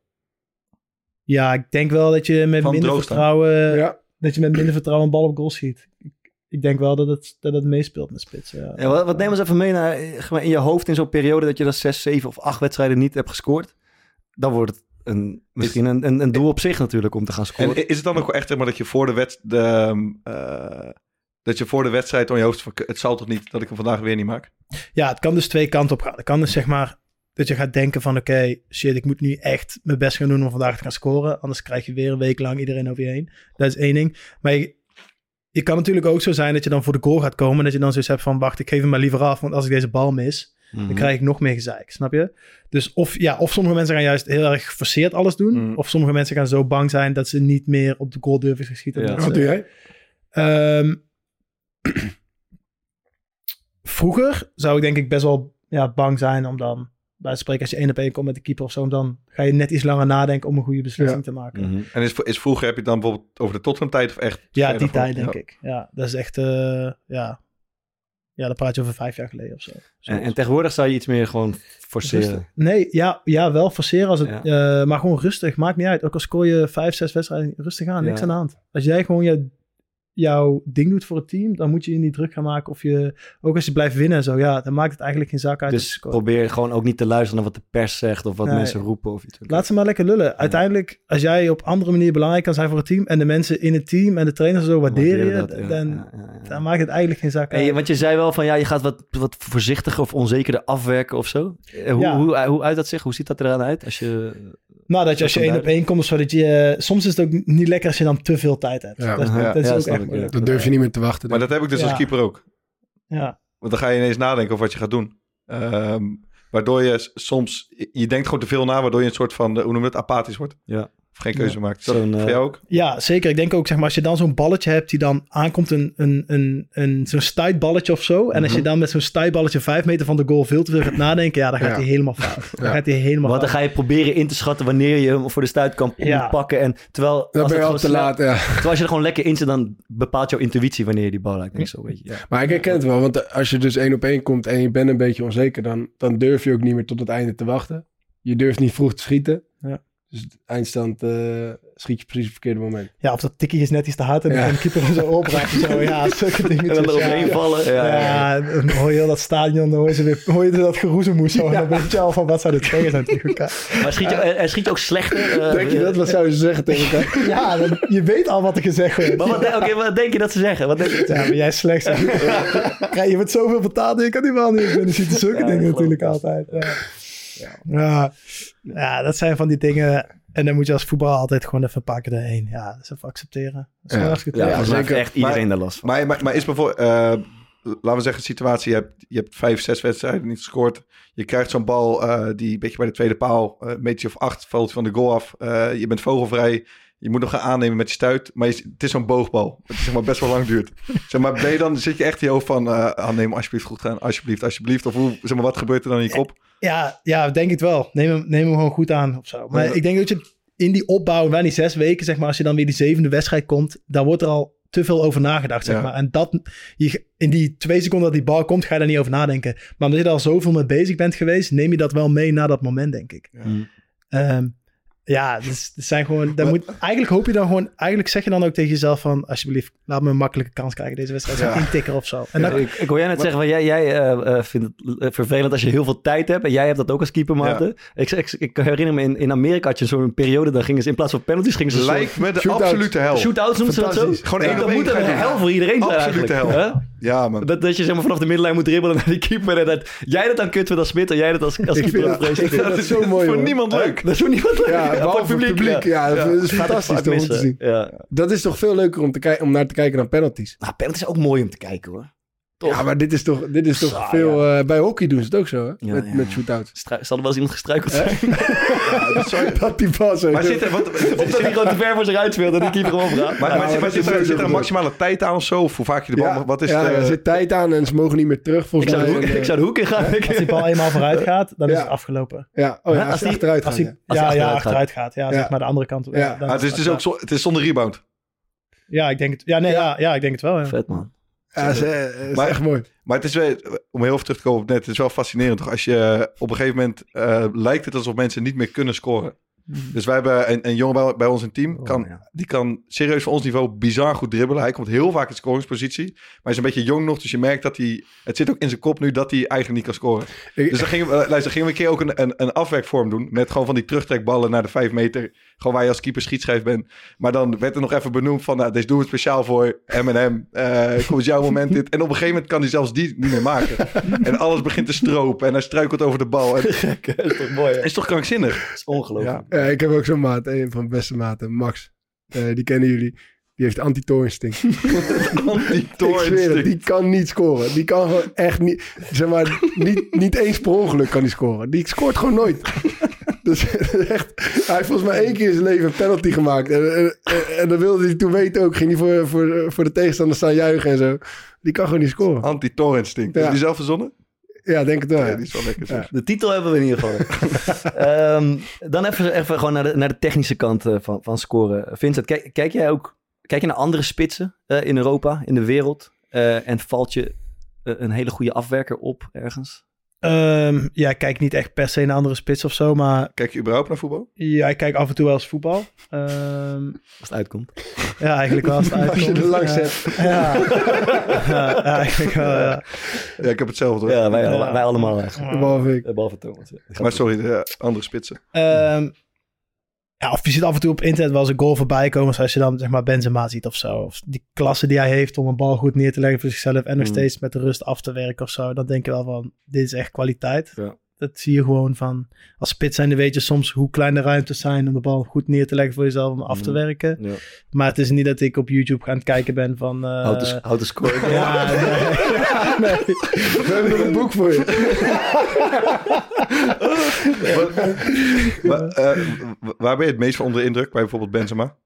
Ja, ik denk wel dat je met Van minder droog staan. vertrouwen... Ja. Dat je met minder vertrouwen een bal op goal schiet. Ik, ik denk wel dat het, dat het meespeelt met spitsen. Ja. Ja, wat, wat neem ons even mee naar eh, gewoon in je hoofd in zo'n periode dat je dan zes, zeven of acht wedstrijden niet hebt gescoord. Dan wordt het een, misschien een, een, een doel op zich natuurlijk om te gaan scoren. En is het dan ook echt zeg maar dat je voor de wedstrijd... Uh, dat je voor de wedstrijd aan je hoofd van... Het zal toch niet dat ik hem vandaag weer niet maak? Ja, het kan dus twee kanten op gaan. Het kan dus zeg maar dat je gaat denken van... Oké, okay, shit, ik moet nu echt mijn best gaan doen om vandaag te gaan scoren. Anders krijg je weer een week lang iedereen over je heen. Dat is één ding. Maar je, je kan natuurlijk ook zo zijn dat je dan voor de goal gaat komen... en dat je dan zoiets hebt van... Wacht, ik geef hem maar liever af, want als ik deze bal mis... Mhm. dan krijg ik nog meer gezeik, snap je? Dus of, ja, of sommige mensen gaan juist heel erg geforceerd alles doen... Mm. of sommige mensen gaan zo bang zijn... dat ze niet meer op de goal durven te schieten. Ja. omdat Wat ze- doe jij? Ehm, vroeger zou ik denk ik best wel ja, bang zijn om dan... bij het spreken als je één op één komt met de keeper of zo... dan ga je net iets langer nadenken om een goede beslissing te maken. Mhm. En is, is vroeger, heb je het dan bijvoorbeeld over de Tottenham tijd of echt... Ja, verder die van? tijd denk Ja. ik. Ja, dat is echt... eh, ja. ja, dan praat je over vijf jaar geleden of zo. En, en tegenwoordig zou je iets meer gewoon forceren. Rustig. Nee, ja, ja, wel forceren als het... Ja. eh, maar gewoon rustig, maakt niet uit. Ook al scoor je vijf, zes wedstrijden, rustig aan, niks Ja. aan de hand. Als jij gewoon je, jouw ding doet voor het team... dan moet je je niet druk gaan maken of je... ook als je blijft winnen en zo, ja, dan maakt het eigenlijk geen zak uit. of je Dus scoort. probeer gewoon ook niet te luisteren naar wat de pers zegt of wat Nee. mensen roepen of iets. Laat ze maar lekker lullen. Uiteindelijk, als jij op andere manier belangrijk kan zijn voor het team... en de mensen in het team en de trainers zo waarderen je... dat, ja, dan, ja, ja, ja. dan maakt het eigenlijk geen zak En uit. je- want je zei wel van ja, je gaat wat, wat voorzichtiger of onzekerder afwerken of zo. Eh, Hoe, Ja. hoe, hoe uit dat zich? Hoe ziet dat eraan uit? Als je... Nou, dat je als je één op één komt, zodat je... Uh, soms is het ook niet lekker als je dan te veel tijd hebt. Ja. Dat, Ja. dat is Ja, ook snap echt ik, moeilijk. Dan durf je niet meer te wachten. Maar dat heb ik dus Ja. als keeper ook. Ja. Want dan ga je ineens nadenken over wat je gaat doen. Um, waardoor je s- soms... Je denkt gewoon te veel na, waardoor je een soort van... Hoe noem je het? Apathisch wordt. Ja. Of geen keuze Ja. maakt. Is dat Zo'n, voor uh, jou ook? Ja, zeker. Ik denk ook, zeg maar, als je dan zo'n balletje hebt die dan aankomt, een, een, een, een, zo'n stuitballetje of zo. En als je dan met zo'n stuitballetje vijf meter van de goal veel te veel gaat nadenken, ja, dan gaat Ja. hij helemaal fout. Dan Ja. gaat hij helemaal Want dan fout. ga je proberen in te schatten wanneer je hem voor de stuit kan Ja. pakken. En terwijl, Dan als ben je het al te gewoon laat, snel- ja. terwijl als je er gewoon lekker in zit, dan bepaalt jouw intuïtie wanneer je die bal raakt. Denk ik zo, weet je. Ja. Maar ik herken het wel, want als je dus één op één komt en je bent een beetje onzeker, dan, dan durf je ook niet meer tot het einde te wachten. Je durft niet vroeg te schieten. Ja. Dus het eindstand uh, schiet je precies op het verkeerde moment. Ja, of dat tikkie is net iets te hard en Ja. dan kan de keeper er zo opraakt en zo. Ja, zulke dingetjes. En dan eroverheen ja. vallen. Ja, Ja, ja, ja. dan hoor je heel dat stadion, dan hoor je, ze weer, hoor je dat geroezemoes zo. En dan weet je al van, wat zou de twee zijn tegen elkaar. Maar schiet je, hij schiet ook slechter. uh, Denk je dat? Wat zouden ze zeggen tegen elkaar? Ja, dan, je weet al wat er gezegd wordt. Maar wat, de- okay, wat denk je dat ze zeggen? Wat denk je? Ja, maar jij is slecht. Ja, je wordt zoveel betaald en je kan die wel niet. En je ziet zulke Ja, dingen ik natuurlijk geloof altijd. Ja. Ja. Ja, dat zijn van die dingen. En dan moet je als voetbal altijd gewoon even een paar keer erheen. Ja, dat is even accepteren. Dat is gewoon Ja. hartstikke Ja, ja, volgens mij heeft zeker. echt iedereen Maar- daar last van. Maar, maar, maar is bijvoorbeeld... Uh, laten we zeggen, een situatie. Je hebt, je hebt vijf, zes wedstrijden niet gescoord. Je krijgt zo'n bal uh, die een beetje bij de tweede paal... Uh, een metertje of acht valt van de goal af. Uh, je bent vogelvrij. Je moet nog gaan aannemen met je stuit. Maar je, het is zo'n boogbal. Het is zeg maar best wel lang duurt. Zeg maar, ben je dan, zit je echt in je hoofd van... Uh, aannemen, alsjeblieft, goed gaan. Alsjeblieft, alsjeblieft. Of hoe, zeg maar, wat gebeurt er dan in je kop? Ja, ja, denk het wel. Neem hem, neem hem gewoon goed aan of zo. Maar Ja. ik denk dat je in die opbouw, na die zes weken, zeg maar, als je dan weer die zevende wedstrijd komt, daar wordt er al te veel over nagedacht, zeg Ja. maar. En dat, je, in die twee seconden dat die bal komt, ga je daar niet over nadenken. Maar omdat je er al zoveel mee bezig bent geweest, neem je dat wel mee na dat moment, denk ik. Ja. Mm. Ehm, ja, dus het zijn gewoon... Dan moet, eigenlijk hoop je dan gewoon... Eigenlijk zeg je dan ook tegen jezelf van... Alsjeblieft, laat me een makkelijke kans krijgen deze wedstrijd. Zo'n Ja. intikker of zo. En dan, Ik, ik hoor jij net zeggen, van, jij, jij uh, uh, vindt het uh, vervelend als je heel veel tijd hebt. En jij hebt dat ook als keeper, Maarten. Ik, ik, ik herinner me, in, in Amerika had je zo'n periode... dan gingen ze in plaats van penalties... gingen ze Lijkt me de Shootout. absolute hel. shootouts noemen ze dat zo? Fantastisch. Gewoon één Ja, op dat één moet ga een je doen. hel voor iedereen zijn Absolute eigenlijk. hel. Hè? Ja, man. Dat, dat je zeg maar vanaf de middenlijn moet dribbelen naar die keeper. En dat jij dat dan kut vindt als Smit en jij dat als, als Ik keeper vind, ook vreselijk ik vind vindt. dat zo mooi, voor hoor. niemand leuk. Dat is voor niemand leuk. Ja, behalve voor het publiek. Ja, dat is Gaat het fantastisch vaak toch om te missen. zien. Ja. Dat is toch veel leuker om, te kij- om naar te kijken dan penalties. Nou, penalty is ook mooi om te kijken hoor. Toch? Ja, maar dit is toch, dit is toch Ja, veel... eh, bij hockey doen ze het ook zo, hè? Ja, met, ja, met ja. shootouts. Stru- Zal er wel eens iemand gestruikeld zijn? Dat die bal zo... Maar zit er, wat, Of dat hij gewoon te ver voor zich uitspeelt en die keeper gewoon gaat. maar, Ja, maar, maar maar dat zit, is er, sowieso zit er een gebeurd. maximale tijd aan of zo? Of hoe vaak je de bal... ja, wat is ja, de, er zit tijd aan en ze mogen niet meer terug, Ik volgens zou, de mij. hoek, En, ik zou de hoek in gaan. als die bal eenmaal vooruit gaat, dan is Ja. het afgelopen. Ja, oh ja, Als als hij die- achteruit Als gaat. hij, ja. Als ja, hij ja, achteruit achteruit gaat. Ja, Ja. zeg maar de andere kant. Ja. dan Ah, het, is dus ja. ook zo, het is zonder rebound. Ja, ik denk het, ja, nee, ja. Ja, ik denk het wel. Ja. Vet man. Ja, dat is, eh, is Maar- echt mooi. Maar het is wel, om heel even terug te komen op net, het is wel fascinerend toch? Als je op een gegeven moment uh, lijkt het alsof mensen niet meer kunnen scoren. Dus wij hebben een, een jongen bij, bij ons in het team, kan, Oh, ja. die kan serieus voor ons niveau bizar goed dribbelen. Hij komt heel vaak in scoringspositie, maar hij is een beetje jong nog, dus je merkt dat hij, het zit ook in zijn kop nu dat hij eigenlijk niet kan scoren. Ik- Dus dan gingen we, uh, luister, gingen we een keer ook een, een, een afwerkvorm doen, met gewoon van die terugtrekballen naar de vijf meter, gewoon waar je als keeper schietschijf bent. Maar dan werd er nog even benoemd van, nou, deze doen we speciaal voor M en M, uh, kom eens jouw moment dit. En op een gegeven moment kan hij zelfs die niet meer maken. En alles begint te stropen en hij struikelt over de bal. En, Gek, dat is toch mooi hè? is toch krankzinnig? Dat is ongelooflijk. Ja. Ja, ik heb ook zo'n maat, een van mijn beste maten, Max. Eh, die kennen jullie. Die heeft anti-toorinstinct. Ik zweer het, die kan niet scoren. Die kan gewoon echt niet... Zeg maar, niet, niet eens per ongeluk kan hij scoren. Die scoort gewoon nooit. Dus echt... Hij heeft volgens mij één keer in zijn leven een penalty gemaakt. En, en, en, en dan wilde hij toen weten ook. Ging hij voor, voor, voor de tegenstander staan juichen en zo. Die kan gewoon niet scoren. Anti-tor-instinct. Heb Ja. je die zelf verzonnen? Ja, denk het wel. Ja, Ja. die is wel lekker. zeg. De titel hebben we in ieder geval. Ehm, dan even, even gewoon naar de, naar de technische kant uh, van, van scoren. Vincent, kijk, kijk jij ook kijk je naar andere spitsen uh, in Europa, in de wereld? Uh, en valt je uh, een hele goede afwerker op ergens? Um, ja, ik kijk niet echt per se naar andere spitsen of zo, maar Kijk je überhaupt naar voetbal? ja, ik kijk af en toe wel eens voetbal. Um, Als het uitkomt. ja, eigenlijk wel als het uitkomt. Als je er langs ja. zet. Ja. ja, ja, eigenlijk wel, ja. Ja, ik heb hetzelfde hoor. Ja, wij, Ja. wij allemaal eigenlijk. Behalve ik. Behalve Thomas. Ja. Maar sorry, de andere spitsen. Um, ja, of je ziet af en toe op internet wel eens een goal voorbij komen, zoals je dan zeg maar Benzema ziet of zo. Of die klasse die hij heeft om een bal goed neer te leggen voor zichzelf en nog Mm. steeds met de rust af te werken of zo. Dan denk je wel van, dit is echt kwaliteit. Ja. dat zie je gewoon van... Als spits zijnde weet je soms hoe klein de ruimtes zijn... om de bal goed neer te leggen voor jezelf om af te werken. Ja. Maar het is niet dat ik op YouTube ga aan het kijken ben van... Uh, Houd de, houd de score. Ja, nee. Ja, nee. We hebben nog een boek voor je. maar, uh, waar ben je het meest van onder de indruk bij bijvoorbeeld Benzema?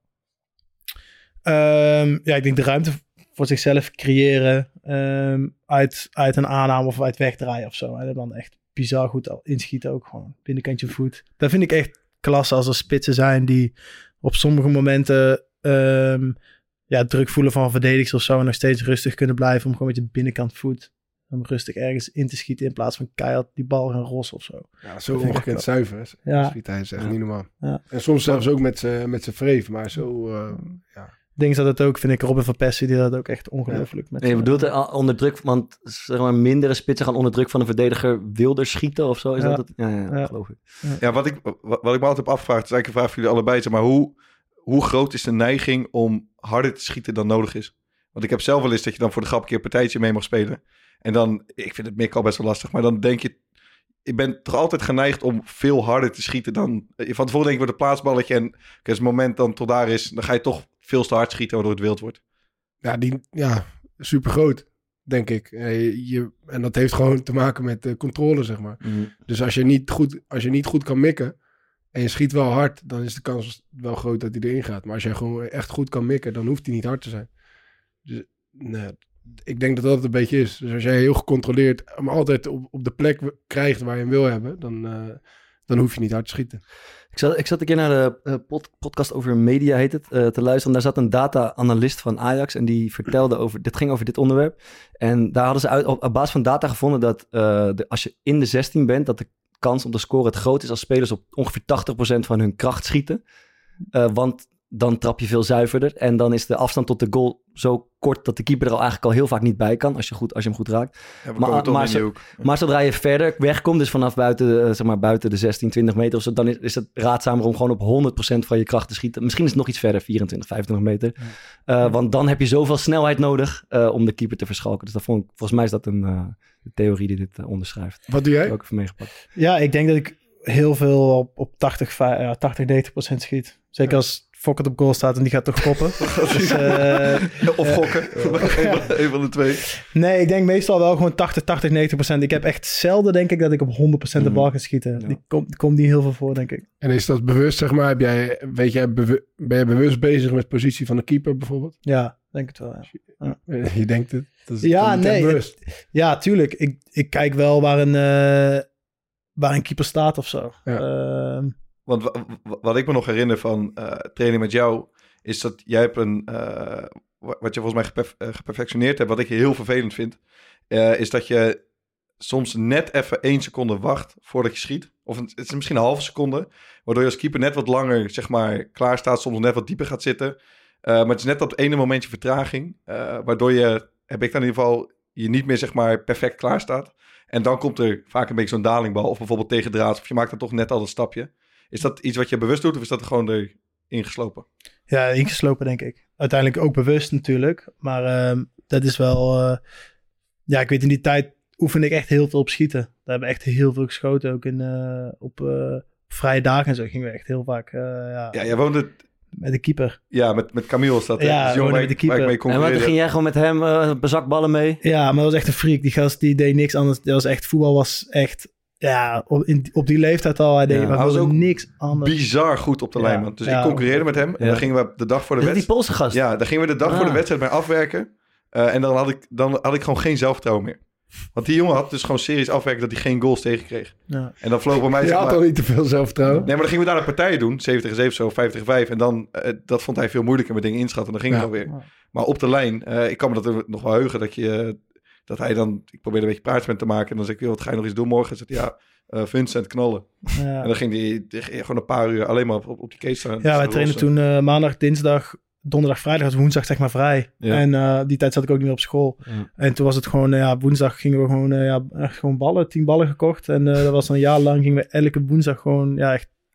Um, ja, ik denk de ruimte voor zichzelf creëren um, uit, uit een aanname of uit wegdraaien of zo. En dan echt bizar goed al inschieten ook gewoon. Binnenkantje voet. Dat vind ik echt klasse als er spitsen zijn die op sommige momenten um, ja, druk voelen van verdedigers of zo en nog steeds rustig kunnen blijven om gewoon met je binnenkant voet om rustig ergens in te schieten in plaats van keihard die bal gaan rossen of zo. Ja, zo ongekend zuiver. Ja. Schiet hij is echt ja. niet normaal. Ja. En soms zelfs ook met zijn met vreven, maar zo, uh, ja. Denk dat het ook, vind ik, Robin van Persie, die dat ook echt ongelooflijk ja. met. Nee, je bedoelt er onder druk, want zeg maar mindere spitsen gaan onder druk van een verdediger wilder schieten of zo? Is ja. dat het? Ja, ja, ja. geloof ik. Ja, ja wat, ik, wat, wat ik me altijd heb afgevraagd, is eigenlijk een vraag voor jullie allebei, zeg maar, hoe, hoe groot is de neiging om harder te schieten dan nodig is? Want ik heb zelf wel eens dat je dan voor de grap een keer een partijtje mee mag spelen. En dan, ik vind het mikken al best wel lastig, maar dan denk je, ik ben toch altijd geneigd om veel harder te schieten dan... Van tevoren denk ik, wordt een plaatsballetje en als het moment dan tot daar is, dan ga je toch veel te hard schieten waardoor het wild wordt. Ja, die, ja super groot, denk ik. Je, je, en dat heeft gewoon te maken met de controle, zeg maar. Mm-hmm. Dus als je, niet goed, als je niet goed kan mikken en je schiet wel hard, dan is de kans wel groot dat hij erin gaat. Maar als je gewoon echt goed kan mikken, dan hoeft hij niet hard te zijn. Dus nee, ik denk dat dat het een beetje is. Dus als jij heel gecontroleerd hem altijd op, op de plek krijgt waar je hem wil hebben, dan, uh, dan hoef je niet hard te schieten. Ik zat, ik zat een keer naar de uh, pod, podcast over media, heet het, uh, te luisteren. Daar zat een data-analyst van Ajax en die vertelde over, dit ging over dit onderwerp. En daar hadden ze uit, op, op basis van data gevonden dat uh, de, als je in de zestien bent, dat de kans om te scoren het groot is als spelers op ongeveer tachtig procent van hun kracht schieten. Uh, want dan trap je veel zuiverder. En dan is de afstand tot de goal zo kort dat de keeper er al eigenlijk al heel vaak niet bij kan. Als je, goed, als je hem goed raakt. Ja, maar, maar, zo, maar zodra je verder wegkomt, dus vanaf buiten, zeg maar, buiten de zestien, twintig meter of zo, dan is, is het raadzamer om gewoon op honderd procent van je kracht te schieten. Misschien is het nog iets verder, vierentwintig, vijfentwintig meter. Ja. Uh, want dan heb je zoveel snelheid nodig uh, om de keeper te verschalken. Dus dat vond ik, volgens mij is dat een uh, theorie die dit uh, onderschrijft. Wat doe jij? Dat heb ik even meegepakt. Ja, ik denk dat ik heel veel op, op tachtig, negentig procent schiet. Zeker ja. als Fokker op goal staat en die gaat toch koppen. Dus, uh, of gokken. Uh, een van de twee. Nee, ik denk meestal wel gewoon tachtig, tachtig, negentig procent. Ik heb echt zelden, denk ik, dat ik op honderd procent de bal ga schieten. Ja. Die komt komt niet heel veel voor, denk ik. En is dat bewust, zeg maar? Heb jij, weet jij, bewu- ben je bewust bezig met de positie van de keeper bijvoorbeeld? Ja, denk het wel, ja. Ja. Je denkt het? Dat is, ja, dat nee. Het, ja, tuurlijk. Ik, ik kijk wel waar een, uh, waar een keeper staat of zo. Ja. Uh, Want w- w- wat ik me nog herinner van uh, training met jou, is dat jij hebt een, uh, wat je volgens mij geperf- uh, geperfectioneerd hebt, wat ik heel vervelend vind, uh, is dat je soms net even één seconde wacht voordat je schiet. Of een, het is misschien een halve seconde, waardoor je als keeper net wat langer, zeg maar, klaar staat, soms net wat dieper gaat zitten. Uh, maar het is net dat ene momentje vertraging, uh, waardoor je, heb ik dan in ieder geval, je niet meer, zeg maar, perfect klaar staat. En dan komt er vaak een beetje zo'n dalingbal, of bijvoorbeeld tegen draads, of je maakt dan toch net al dat stapje. Is dat iets wat je bewust doet of is dat er gewoon erin geslopen? Ja, ingeslopen denk ik. Uiteindelijk ook bewust natuurlijk. Maar uh, dat is wel... Uh, ja, ik weet in die tijd oefende ik echt heel veel op schieten. Daar hebben we echt heel veel geschoten. Ook in, uh, op uh, vrije dagen en zo gingen we echt heel vaak... Uh, ja, ja, jij woonde... Met de keeper. Ja, met, met Camille was dat. Ja, dus jongen, met de keeper. Mee en wat, ging jij gewoon met hem uh, bezakballen mee? Ja, maar dat was echt een freak. Die gast die deed niks anders. Dat was echt, voetbal was echt... Ja, op, in, op die leeftijd al. Hij deed ja, maar hij was ook niks anders. Bizar goed op de ja, lijn, man. Dus ja, ik concurreerde met hem. En ja. dan gingen we de dag voor de wedstrijd... Die Poolse gast? Ja, dan gingen we de dag ah. voor de wedstrijd mee afwerken. Uh, en dan had, ik, dan had ik gewoon geen zelfvertrouwen meer. Want die jongen had dus gewoon series afwerken dat hij geen goals tegenkreeg. Ja. En dan vloog bij mij... Je had al niet te veel zelfvertrouwen. Nee, maar dan gingen we daar een partijen doen. zeventig zeven zo, vijftig vijf. En dan, uh, dat vond hij veel moeilijker met dingen inschatten. En dan ging ja. het alweer. Ja. Maar op de lijn, uh, ik kan me dat nog wel heugen dat je... Uh, dat hij dan... Ik probeerde een beetje praatjes met te maken. En dan zei ik, wat ga je nog iets doen morgen? En zei ja... Uh, Vincent knallen. Ja. En dan ging hij gewoon een paar uur alleen maar op, op, op die case staan. Ja, wij trainen toen uh, maandag, dinsdag, donderdag, vrijdag, woensdag zeg maar vrij. Ja. En uh, die tijd zat ik ook niet meer op school. Ja. En toen was het gewoon, uh, ja, woensdag gingen we gewoon, uh, ja, echt gewoon ballen, tien ballen gekocht. En uh, dat was dan een jaar lang gingen we elke woensdag gewoon, ja, echt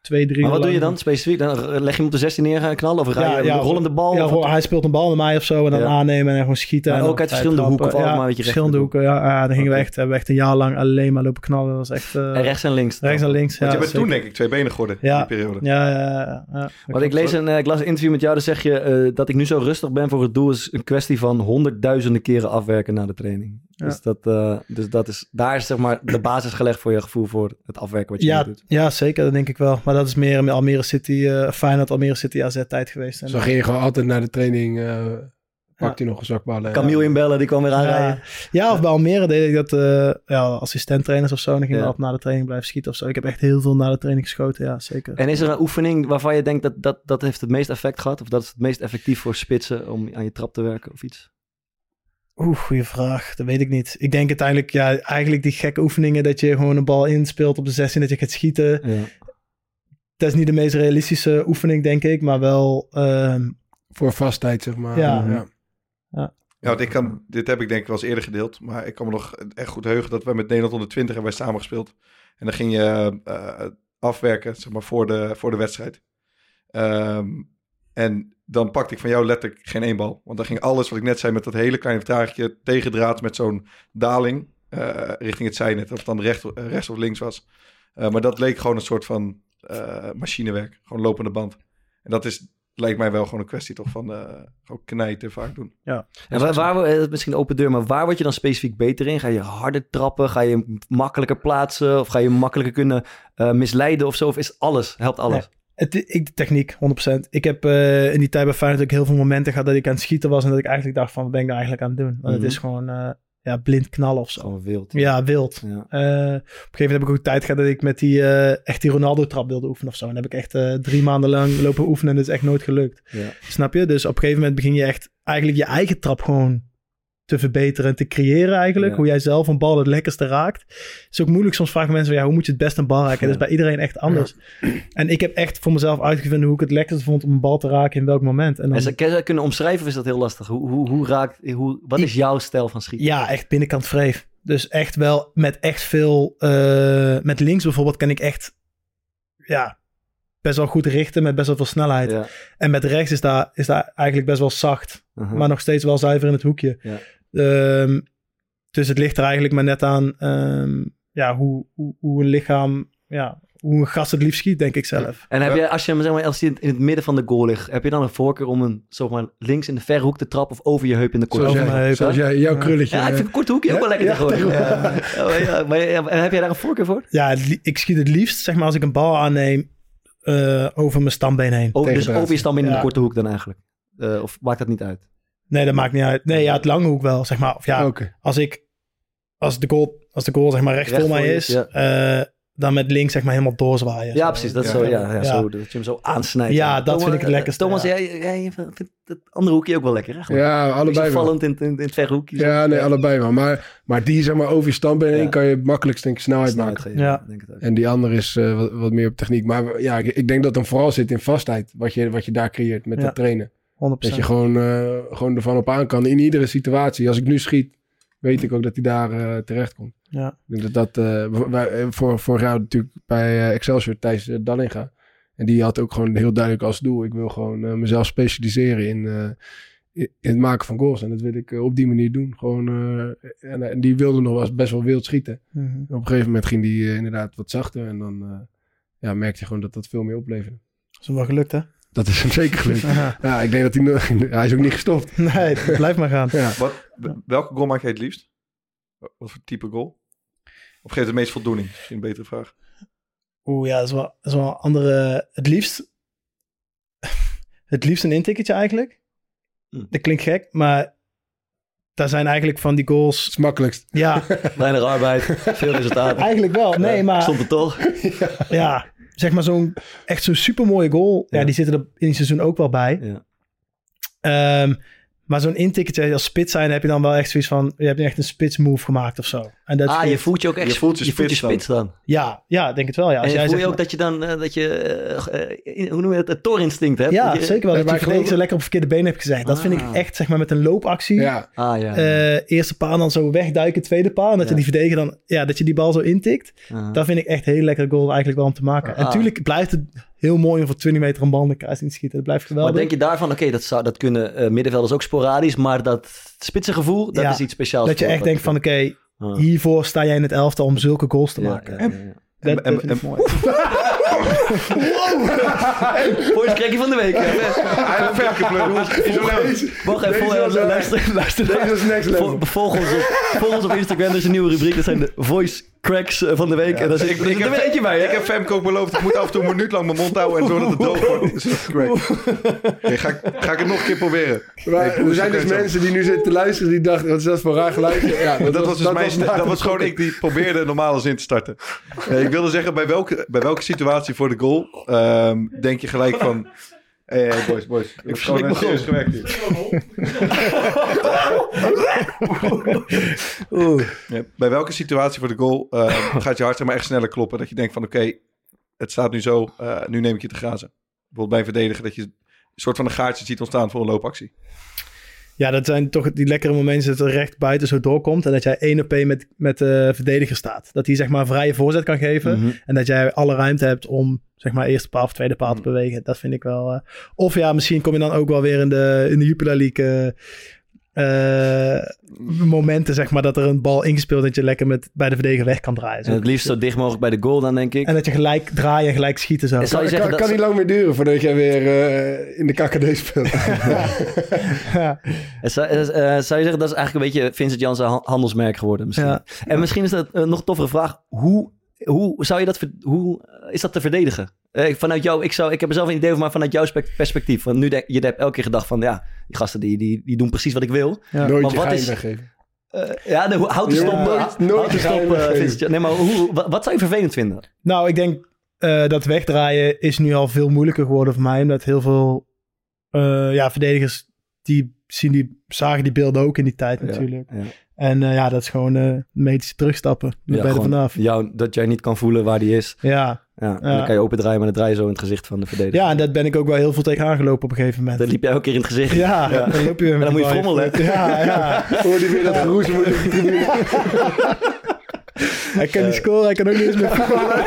twee, drie Maar wat uur doe je lang. dan specifiek? Dan leg je hem op de zestien neer gaan knallen? Of ga Ja, je ja, een rollende bal? Ja, of ro- hij speelt een bal met mij of zo en dan Ja. aannemen en gewoon schieten. Maar en ook dan uit verschillende trappen. hoeken of Ja, allemaal een beetje verschillende recht- hoeken, ja. ja dan gingen we Oké. echt, hebben we echt een jaar lang alleen maar lopen knallen. Dat was echt... eh, En rechts en links. rechts en links, Want ja. je bent zeker. toen denk ik twee benen geworden Ja. in die periode. Ja, ja, ja. ja. Want ik, lees een, eh, ik las een interview met jou, dan zeg je eh, dat ik nu zo rustig ben voor het doel is een kwestie van honderdduizenden keren afwerken na de training. Ja. Dus, dat, eh, dus dat is, daar is zeg maar de basis gelegd voor je gevoel voor het afwerken wat je Ja, nu doet. ja, zeker, dat denk ik wel. Maar dat is meer in Almere City, eh Feyenoord, Almere City A Z tijd geweest. En Zo ging je gewoon altijd naar de training, uh, pakt hij nog een zakballen. Camille inbellen, die kwam weer aanrijden. Ja, ja, of bij Almere deed ik dat, uh, ja, assistenttrainers of zo. En dan ging Ja. we altijd na de training blijven schieten of zo. Ik heb echt heel veel na de training geschoten, ja, zeker. En is er een oefening waarvan je denkt dat, dat dat heeft het meest effect gehad? Of dat is het meest effectief voor spitsen om aan je trap te werken of iets? Oeh, goede vraag. Dat weet ik niet. Ik denk uiteindelijk, ja, eigenlijk die gekke oefeningen dat je gewoon een bal inspeelt op de zestien, dat je gaat schieten. Ja. Dat is niet de meest realistische oefening, denk ik, maar wel... ehm, Voor vastheid, zeg maar. Ja. ja. Ja, want ik kan, dit heb ik denk ik wel eens eerder gedeeld. Maar ik kan me nog echt goed heugen dat we met Nederland onder twintig hebben wij samen gespeeld. En dan ging je uh, afwerken, zeg maar, voor de, voor de wedstrijd. Um, en dan pakte ik van jou letterlijk geen één bal. Want dan ging alles wat ik net zei met dat hele kleine vertragingje tegendraads met zo'n daling uh, richting het zijnet. Of het dan recht, uh, rechts of links was. Uh, maar dat leek gewoon een soort van uh, machinewerk. Gewoon lopende band. En dat is... lijkt mij wel gewoon een kwestie toch van uh, gewoon knijten vaak doen. ja. En waar, waar, misschien een open deur, maar waar word je dan specifiek beter in? Ga je harder trappen? Ga je makkelijker plaatsen? Of ga je makkelijker kunnen uh, misleiden of zo? Of is alles, helpt alles? Nee. Het, ik, de techniek, honderd procent. Ik heb uh, in die tijd bij Feyenoord ook heel veel momenten gehad dat ik aan het schieten was en dat ik eigenlijk dacht van, wat ben ik nou eigenlijk aan het doen? Want Mm-hmm. het is gewoon uh, ja, blind knallen of zo. Gewoon wild. Ja, wild. Ja. Uh, op een gegeven moment heb ik ook tijd gehad dat ik met die uh, echt die Ronaldo-trap wilde oefenen of zo. En dan heb ik echt uh, drie maanden lang lopen oefenen en dat is echt nooit gelukt. Ja. Snap je? Dus op een gegeven moment begin je echt eigenlijk je eigen trap gewoon te verbeteren en te creëren eigenlijk. Ja. Hoe jij zelf een bal het lekkerste raakt. Het is ook moeilijk. Soms vragen mensen, ja, hoe moet je het best een bal raken? Ja. Dat is bij iedereen echt anders. Ja. En ik heb echt voor mezelf uitgevonden hoe ik het lekkerste vond om een bal te raken in welk moment. En dan... En ze ze kunnen omschrijven of is dat heel lastig? Hoe, hoe, hoe raakt, hoe, wat is jouw stijl van schieten? Ja, echt binnenkant vreef. Dus echt wel met echt veel... Uh, met links bijvoorbeeld kan ik echt... Ja, best wel goed richten met best wel veel snelheid. Ja. En met rechts is daar, is daar eigenlijk best wel zacht. Uh-huh. Maar nog steeds wel zuiver in het hoekje. Ja. Um, dus het ligt er eigenlijk maar net aan um, ja, hoe, hoe, hoe een lichaam... Ja, hoe een gast het liefst schiet, denk ik zelf. En heb je, als je hem zeg maar, als hij in het midden van de goal ligt, heb je dan een voorkeur om een zeg maar, links in de verre hoek te trappen of over je heup in de korte Zoals hoek? jij, mijn heup, zoals hè? jij, jouw krulletje. Ja, ik vind een korte hoekje ook wel lekker Ja, te gooien. ja, Ja. Ja, ja, maar ja, en heb jij daar een voorkeur voor? Ja, het li- ik schiet het liefst, zeg maar, als ik een bal aanneem, uh, over mijn stambeen heen. Over, dus Tegendraad. over je stam in Ja. de korte hoek dan eigenlijk? Uh, of maakt dat niet uit? Nee, dat maakt niet uit. Nee, ja, het lange hoek wel, zeg maar. Of ja, Oké. als ik, als de goal, als de goal zeg maar recht, Recht voor mij voor je, is, ja. uh, dan met links zeg maar helemaal doorzwaaien. Ja, Zo. precies. Dat is Ja. zo, ja, ja, Ja. Zo, dat je hem zo aansnijdt. Ja, dat Thomas, vind ik het lekkerste, Thomas, ja. jij, jij vindt het andere hoekje ook wel lekker, hè? Gewoon Ja, een beetje allebei wel. vallend in, in, in het verre hoekje. zo. Ja, nee, allebei wel. Maar, maar die, zeg maar, over je standbeen heen Ja. kan je makkelijkst denk ik snelheid Snelheid maken. geven, Ja. denk ik het ook. En die andere is uh, wat, wat meer op techniek. Maar ja, ik, ik denk dat hem vooral zit in vastheid. Wat je, wat je daar creëert met Ja. dat trainen. honderd Dat procent. je gewoon, uh, gewoon ervan op aan kan in iedere situatie. Als ik nu schiet, weet ik ook dat hij daar uh, terecht komt. Ja. Ik denk dat dat... Uh, wij, voor, vorig jaar natuurlijk bij uh, Excelsior, Thijs uh, Dallinga. En die had ook gewoon heel duidelijk als doel. Ik wil gewoon uh, mezelf specialiseren in, uh, in het maken van goals. En dat wil ik uh, op die manier doen. Gewoon, uh, en, en die wilde nog wel eens best wel wild schieten. Mm-hmm. Op een gegeven moment ging die uh, inderdaad wat zachter. En dan uh, ja, merkte je gewoon dat dat veel meer opleverde. Dat is hem wel gelukt, hè? Dat is hem zeker gelukt. Aha. Ja, ik denk dat hij... nog- hij is ook niet gestopt. Nee, het blijft maar gaan. Ja. Wat, welke goal maak jij het liefst? Wat voor type goal? Of geeft het meest voldoening? Misschien een betere vraag. Oeh, ja, dat is wel, dat is wel een andere... Het liefst... Het liefst een intikketje eigenlijk. Hm. Dat klinkt gek, maar... Daar zijn eigenlijk van die Dat goals... is het makkelijkst. Ja, Weinig arbeid, veel resultaten. eigenlijk wel. Nee, maar... Stond er toch? Ja, zeg maar zo'n... Echt zo'n supermooie goal. Ja, Ja. die zitten er in het seizoen ook wel bij. Ja. Um, Maar zo'n intikketje als spits zijn heb je dan wel echt zoiets van... Je hebt echt een spits move gemaakt of zo. En dat ah, vind- je voelt je ook echt... Je voelt je je, voelt je spits spits dan. Ja, ja, denk het wel. Ja. Als En jij voel je zegt, ook dat je dan... uh, dat je, uh, uh, hoe noem je het? Het toorinstinct hebt. Ja, dat je, zeker wel. Nee, dat maar je ik verdediger geloof- zo lekker op verkeerde benen hebt gezegd. Dat vind ik Ah. echt, zeg maar, met een loopactie. Ja, Ah, ja. Eh, eerste paal dan zo wegduiken, tweede paal. En dat Ja. je die verdediger dan... Ja, dat je die bal zo intikt. Ah. Dat vind ik echt een hele lekkere goal eigenlijk wel om te maken. En Ah. natuurlijk blijft het heel mooi om voor twintig meter een bal in de kruising te schieten. Dat blijft geweldig. Maar denk je daarvan, oké, okay, dat, zou- dat kunnen uh, middenvelders ook sporadisch, maar dat spitsengevoel, dat Ja, is iets speciaals. dat je voor echt wat denkt van, oké, Ah. hiervoor sta jij in het elftal om zulke goals te Ja, maken. ja, ja, ja. Dat, En- dat vind ik en- mooi. Voice van de week. Hij heeft ver geplukt. Wacht even, Deze vol- was, uh, luister, luister. deze is next level. Vol- Volg ons, op, volg ons op Instagram, er is een nieuwe rubriek. Dat zijn de voice cracks uh, van de week. en daar zit ik- ik, ik er heb- weet je bij, hè? Ik heb Femke ook beloofd, ik moet af en toe een minuut lang mijn mond houden en zorgen dat het droog wordt. Dus dat is correct. Okay, ga, ik, ga ik het nog een keer proberen. Maar Ik proef er zijn het dus zo. mensen die nu zitten te luisteren... die dachten, wat is dat voor raar geluidje? Ja, Dat, dat was, dus mijn, na dat de was gewoon gokking. ik die probeerde een normale zin te starten. Eh, ik wilde zeggen, bij welke, bij welke situatie voor de goal ehm, denk je gelijk van... Hé, hey, boys, boys. Ik heb gewoon verschrik me serieus gewerkt hier. Ja, bij welke situatie voor de goal ehm, gaat je hart zeg maar echt sneller kloppen? Dat je denkt van oké, het staat nu zo, uh, nu neem ik je te grazen. Bijvoorbeeld bij een verdediger dat je een soort van een gaatje ziet ontstaan voor een loopactie. Ja, dat zijn toch die lekkere momenten dat er recht buiten zo doorkomt. En dat jij één op één met, met de verdediger staat. Dat hij zeg maar vrije voorzet kan geven. Mhm. En dat jij alle ruimte hebt om zeg maar eerste paal of tweede paal te Mhm. bewegen. Dat vind ik wel... Uh... Of ja, misschien kom je dan ook wel weer in de, in de Jupiler League... Uh, uh, momenten zeg maar dat er een bal ingespeeld dat je lekker met, bij de verdediger weg kan draaien. Zo. En het liefst zo dicht mogelijk bij de goal dan, denk ik. En dat je gelijk draaien en gelijk schieten zou. En zou je Kan, zeggen kan dat- niet lang meer duren voordat jij weer uh, in de K K D speelt. Ja. En Zou, uh, zou je zeggen, dat is eigenlijk een beetje Vincent Janssen ha- handelsmerk geworden misschien. Ja. En misschien is dat een nog toffere vraag. Hoe, hoe zou je dat, ver- hoe is dat te verdedigen? Eh, vanuit jou, ik, zou, ik heb er zelf een idee van, maar vanuit jouw spek- perspectief. Want nu denk je hebt elke keer gedacht van, ja, die gasten die, die, die doen precies wat ik wil. Ja. Nooit Maar je wat geheim is- weggeven. Uh, ja, nee, hoe- houd de Ja, stop. nooit- houd nooit de je stop, geheim uh, weggeven. Vincent Jan- Nee, maar hoe, wat, wat zou je vervelend vinden? Nou, ik denk uh, dat wegdraaien is nu al veel moeilijker geworden voor mij. Omdat heel veel uh, ja, verdedigers die zien die, zagen die beelden ook in die tijd Ja, natuurlijk. ja. En uh, ja, dat is gewoon uh, medisch terugstappen. Dan ben je er gewoon vanaf. jou, dat jij niet kan voelen waar die is. Ja. Ja, en Ja. dan kan je open draaien, maar dan draai je zo in het gezicht van de verdediger. ja, en dat ben ik ook wel heel veel tegen aangelopen op een gegeven moment. Dan liep jij elke keer in het gezicht. Ja, Ja. dan loop je weer En met dan moet je die bal in frommelen, voet. Ja, ja. Hoor die weer dat geroes moet op de tribune. Hij kan niet scoren, hij kan ook niet eens meer voetballen.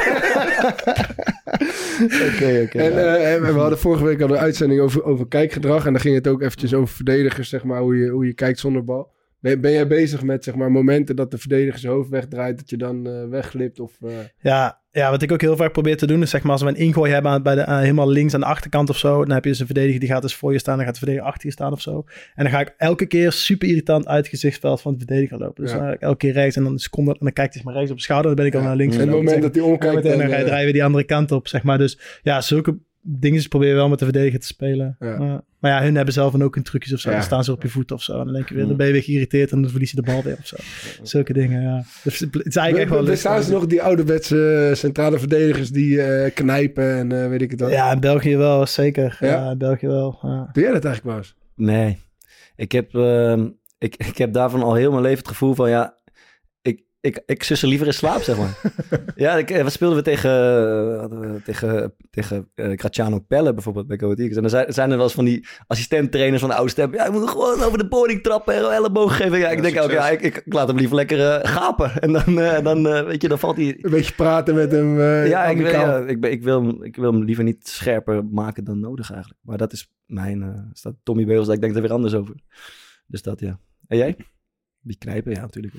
Oké, oké. En, ja. uh, en we hadden vorige week hadden we een uitzending over, over kijkgedrag. En dan ging het ook eventjes over verdedigers, zeg maar, hoe je, hoe je kijkt zonder bal. Ben, ben jij bezig met, zeg maar, momenten dat de verdediger zijn hoofd wegdraait, dat je dan uh, wegglipt? Of, uh... Ja, ja, wat ik ook heel vaak probeer te doen is zeg maar als we een ingooi hebben aan, bij de, uh, helemaal links aan de achterkant of zo. Dan heb je dus een verdediger die gaat dus voor je staan, dan gaat de verdediger achter je staan of zo. En dan ga ik elke keer super irritant uit het gezichtsveld van de verdediger lopen. Dus Ja. dan ga ik elke keer rechts en dan een seconde en dan kijkt hij maar rechts op de schouder. Dan ben ik al Ja. naar links. En het gelopen. moment dat hij omkijkt, en dan dan, ga je uh, draaien weer die andere kant op, zeg maar. Dus ja, zulke dingen probeer je wel met de verdediger te spelen. Ja. Uh, maar ja, hun hebben zelf dan ook hun trucjes of zo. Ja. Dan staan ze op je voet of zo. En dan denk je weer, dan ben je weer geïrriteerd en dan verlies je de bal weer of zo. Zulke dingen, ja. Dus het is eigenlijk echt wel Er staan ze nog die ouderwetse centrale verdedigers die uh, knijpen en uh, weet ik het wat. Ja, in België wel, zeker. Ja? Ja, in België wel. Ja. Doe jij dat eigenlijk, Maus? Nee. Ik heb, uh, ik, ik heb daarvan al heel mijn leven het gevoel van, ja, ik, ik, ik sussen liever in slaap, zeg maar. ja, ik, wat speelden we tegen, uh, tegen, tegen uh, Graziano Pelle bijvoorbeeld bij Go Ahead Eagles. En dan zijn, zijn er wel eens van die assistenttrainers van de oude stem. Ja, je moet gewoon over de boarding trappen en elleboog geven. Ja, ik Ja, denk ook, ja, ik, ik, ik laat hem liever lekker uh, gapen. En dan, uh, dan uh, weet je, dan valt hij... Een beetje praten met hem. Uh, Ja, ik wil, amicaal. ja ik, ben, ik, wil, hem- ik wil hem liever niet scherper maken dan nodig eigenlijk. Maar dat is mijn... Uh, staat Tommy Beugels, daar ik denk er weer anders over. Dus dat, ja. En jij? Die knijpen, ja, natuurlijk.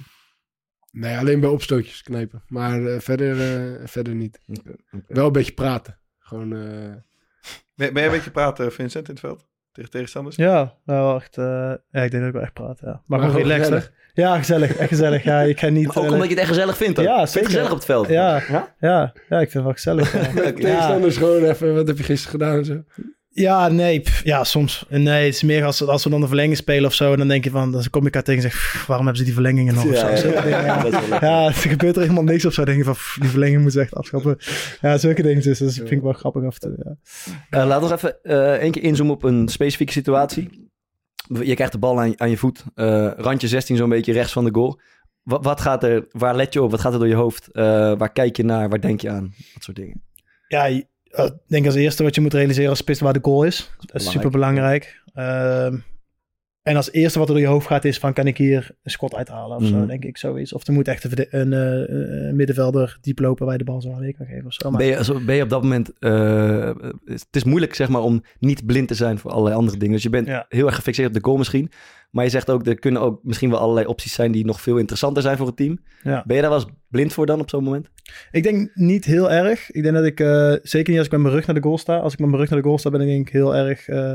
Nee, alleen bij opstootjes knijpen. Maar uh, verder, uh, verder niet. Okay, okay. Wel een beetje praten. Gewoon... Uh... Ben, ben jij een beetje praten, Vincent, in het veld? Tegen tegenstanders? Ja, wel echt. Uh, ja, ik denk dat ik wel echt praat. Ja. Maar, Maar gewoon gewoon relaxed, hè? gezellig. Ja, gezellig. Echt gezellig. Ja, ik ga niet. Maar ook uh, omdat je het echt gezellig vindt, dan. Ja, Vind je het zeker. gezellig op het veld? Ja, Ja? ja, ja, ik vind het wel gezellig. Ja. Met tegenstanders gewoon even, wat heb je gisteren gedaan en zo? Ja, nee, pff, ja, soms. Nee, het is meer als, als we dan de verlenging spelen of zo. En dan denk je van, dan kom ik haar tegen en zeg, pff, waarom hebben ze die verlengingen nog? of zo. Ja, ja, Zulke ja. dingen, ja. Dat is wel lekker. Ja, er gebeurt er helemaal niks of zo. Dan denk je van, pff, die verlenging moet ze echt afschaffen. Ja, zulke dingen. Dus dat vind ik wel grappig af en toe. Ja. Uh, laten we nog even uh, één keer inzoomen op een specifieke situatie. je krijgt de bal aan, aan je voet. Uh, randje zestien zo'n beetje rechts van de goal. Wat, wat gaat er, waar let je op? Wat gaat er door je hoofd? Uh, waar kijk je naar? Waar denk je aan? Dat soort dingen. Ja, ik denk als eerste wat je moet realiseren als spits waar de goal is. Dat is super belangrijk. Uh, en als eerste wat er door je hoofd gaat is van kan ik hier een schot uithalen of mm. zo, denk ik zoiets. Of er moet echt een, een, een, een middenvelder diep lopen waar je de bal zo aan weer kan geven of zo. Maar... Ben, je, ben je op dat moment... Uh, het is moeilijk zeg maar om niet blind te zijn voor allerlei andere dingen. Dus je bent ja. heel erg gefixeerd op de goal misschien. Maar je zegt ook, er kunnen ook misschien wel allerlei opties zijn die nog veel interessanter zijn voor het team. Ja. Ben je daar wel eens blind voor dan op zo'n moment? Ik denk niet heel erg. Ik denk dat ik, uh, zeker niet als ik met mijn rug naar de goal sta. Als ik met mijn rug naar de goal sta, ben ik denk ik heel erg uh,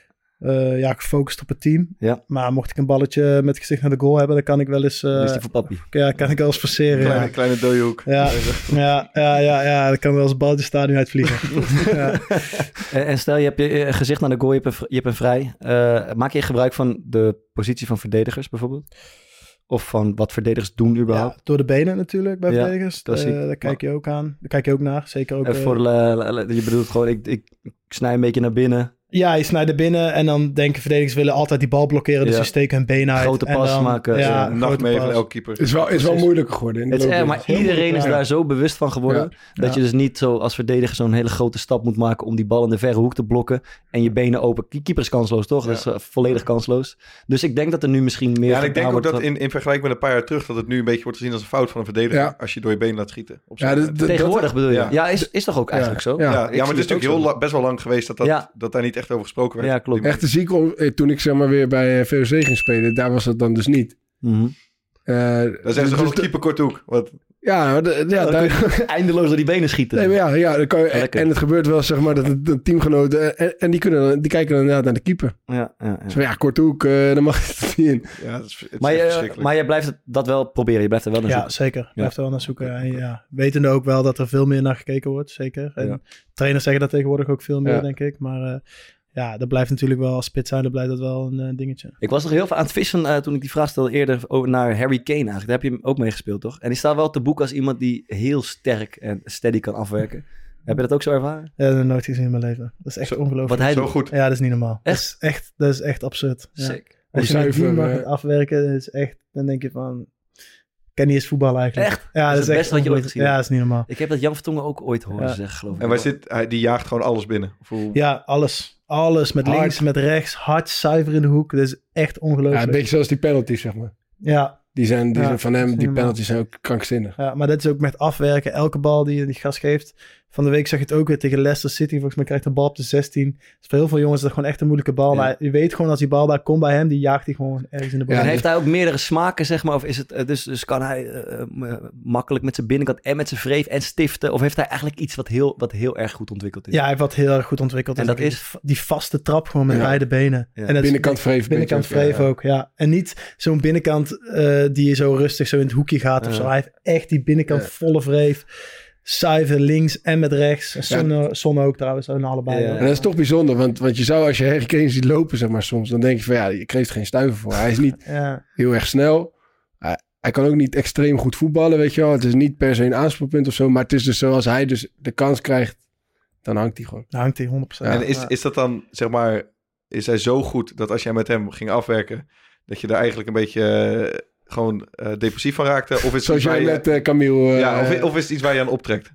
uh, ja, gefocust op het team. Ja. Maar mocht ik een balletje met gezicht naar de goal hebben, dan kan ik wel eens... Uh, is die voor papi? Ja, kan ik wel eens passeren. Kleine, ja. kleine dode hoek. Ja, ja, ja, ja, ja, dan kan wel eens een balletje stadion uitvliegen. ja. En, en stel, je hebt je gezicht naar de goal, je hebt een, je hebt een vrij. Uh, maak je gebruik van de positie van verdedigers bijvoorbeeld? Of van wat verdedigers doen überhaupt? Ja, door de benen natuurlijk bij ja, verdedigers. Uh, daar kijk je ook aan. Daar kijk je ook naar. Zeker ook. Uh, voor de, je bedoelt gewoon, ik, ik, ik snij een beetje naar binnen. Ja, je snijdt er binnen en dan denken verdedigers willen altijd die bal blokkeren. Dus ja. ze steken hun benen uit. Grote pas dan, maken. Ja, een nachtmerrie van elke keeper. Het is wel, is wel moeilijker geworden. Het is, er, maar iedereen is ja. daar zo bewust van geworden. Ja. Dat ja. je dus niet zo als verdediger zo'n hele grote stap moet maken om die bal in de verre hoek te blokken. En je benen open. Keeper is kansloos, toch? Ja. Dat is uh, volledig kansloos. Dus ik denk dat er nu misschien meer... Ja, en ik denk ook dat in, in vergelijking met een paar jaar terug dat het nu een beetje wordt gezien als een fout van een verdediger. Ja. Als je door je benen laat schieten. Op ja, de, de, Tegenwoordig dat, bedoel je? Ja, ja is, is toch ook eigenlijk ja. zo? Ja, ja, ja maar het is natuurlijk heel la, best wel lang geweest dat, dat, ja. dat daar niet echt over gesproken werd. Ja, klopt. Echt ziek om, toen ik zeg maar weer bij V O C ging spelen, daar was dat dan dus niet. Mm-hmm. Uh, dan zeggen ze dus gewoon keeper kort hoek. Wat? Ja, de, ja oh, daar... eindeloos door die benen schieten. Nee, maar ja, ja dan kan je, en, en het gebeurt wel zeg maar dat een teamgenoot en, en die kunnen die kijken dan inderdaad naar de keeper. Ja, ja, ja. Zo ja, korte hoek, uh, dan mag het niet in. Ja, dat is, het is maar, je, maar je blijft dat wel proberen. Je blijft er wel naar ja, zoeken. Zeker. Je ja. blijft er wel naar zoeken. En ja, wetende ook wel dat er veel meer naar gekeken wordt, zeker. En ja. trainers zeggen dat tegenwoordig ook veel meer, ja. denk ik. Maar uh, ja, dat blijft natuurlijk wel als spits zijn, dat blijft dat wel een uh, dingetje. Ik was nog heel veel aan het vissen uh, toen ik die vraag stelde eerder over naar Harry Kane eigenlijk. Daar heb je hem ook mee gespeeld, toch? En die staat wel te boek als iemand die heel sterk en steady kan afwerken. Heb je dat ook zo ervaren? Ja, dat heb ik nooit gezien in mijn leven. Dat is echt zo, ongelooflijk. Wat hij zo doet. goed. Ja, dat is niet normaal. Echt? Dat is echt, dat is echt absurd. Ja. Sick. Als je met die mag uh, afwerken, is echt, dan denk je van... Ken niet eens voetbal eigenlijk. Echt? Ja, dat, dat is het beste wat je ooit gezien hebt. Ja, dat is niet normaal. Ik heb dat Jan Vertongen ook ooit horen ja. zeggen, geloof ik. En waar zit, hij, die jaagt gewoon alles binnen? Hoe... Ja, alles. Alles. Met hard. Links, met rechts. Hard, zuiver in de hoek. Dat is echt ongelooflijk. Ja, een beetje zoals die penalties, zeg maar. Ja. Die zijn, die ja, zijn van hem, die penalties zijn ook krankzinnig. Ja, maar dat is ook met afwerken. Elke bal die die gast geeft. Van de week zag je het ook weer tegen Leicester City. Volgens mij krijgt de bal op de zestien. Dus voor heel veel jongens is dat gewoon echt een moeilijke bal. Ja. Maar je weet gewoon als die bal daar komt bij hem, die jaagt hij gewoon ergens in de bal. Ja, en heeft hij ook meerdere smaken, zeg maar? Of is het, dus, dus kan hij uh, makkelijk met zijn binnenkant en met zijn vreef en stiften? Of heeft hij eigenlijk iets wat heel, wat heel erg goed ontwikkeld is? Ja, hij heeft wat heel erg goed ontwikkeld. En dat is? Die vaste trap gewoon met ja. beide benen. Ja. En dat binnenkant vreef. Binnenkant vreef ja. ook, ja. En niet zo'n binnenkant uh, die zo rustig zo in het hoekje gaat of ja. zo. Hij heeft echt die binnenkant ja. volle vreef. Zuiver links en met rechts. En Son, ja. Son ook trouwens, en allebei. Ja. En dat is toch bijzonder, want, want je zou als je Harry Kane ziet lopen, zeg maar soms, dan denk je van ja, je kreeg er geen stuiver voor. Hij is niet ja. heel erg snel. Hij, hij kan ook niet extreem goed voetballen, weet je wel. Het is niet per se een aanspoelpunt of zo, maar het is dus zoals hij dus de kans krijgt, dan hangt hij gewoon. Dan hangt hij honderd procent. Ja. En is, is dat dan, zeg maar, is hij zo goed dat als jij met hem ging afwerken, dat je daar eigenlijk een beetje... Uh, gewoon uh, depressief van raakte? Of is zoals jij met uh, Camille... Uh, ja, of, of is het iets waar je aan optrekt?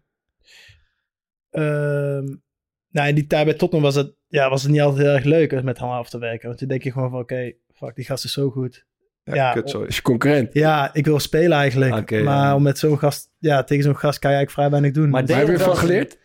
Uh, nou, in die tijd bij Tottenham was het, ja, was het niet altijd heel erg leuk met hem af te werken. Want je denk je gewoon van, oké, okay, fuck, die gast is zo goed. Ja, ja kut, sorry. Is je concurrent? Ja, ik wil spelen eigenlijk. Okay, maar ja. om met zo'n gast, ja, tegen zo'n gast kan je eigenlijk vrij weinig doen. Maar dus heb je ervan geleerd?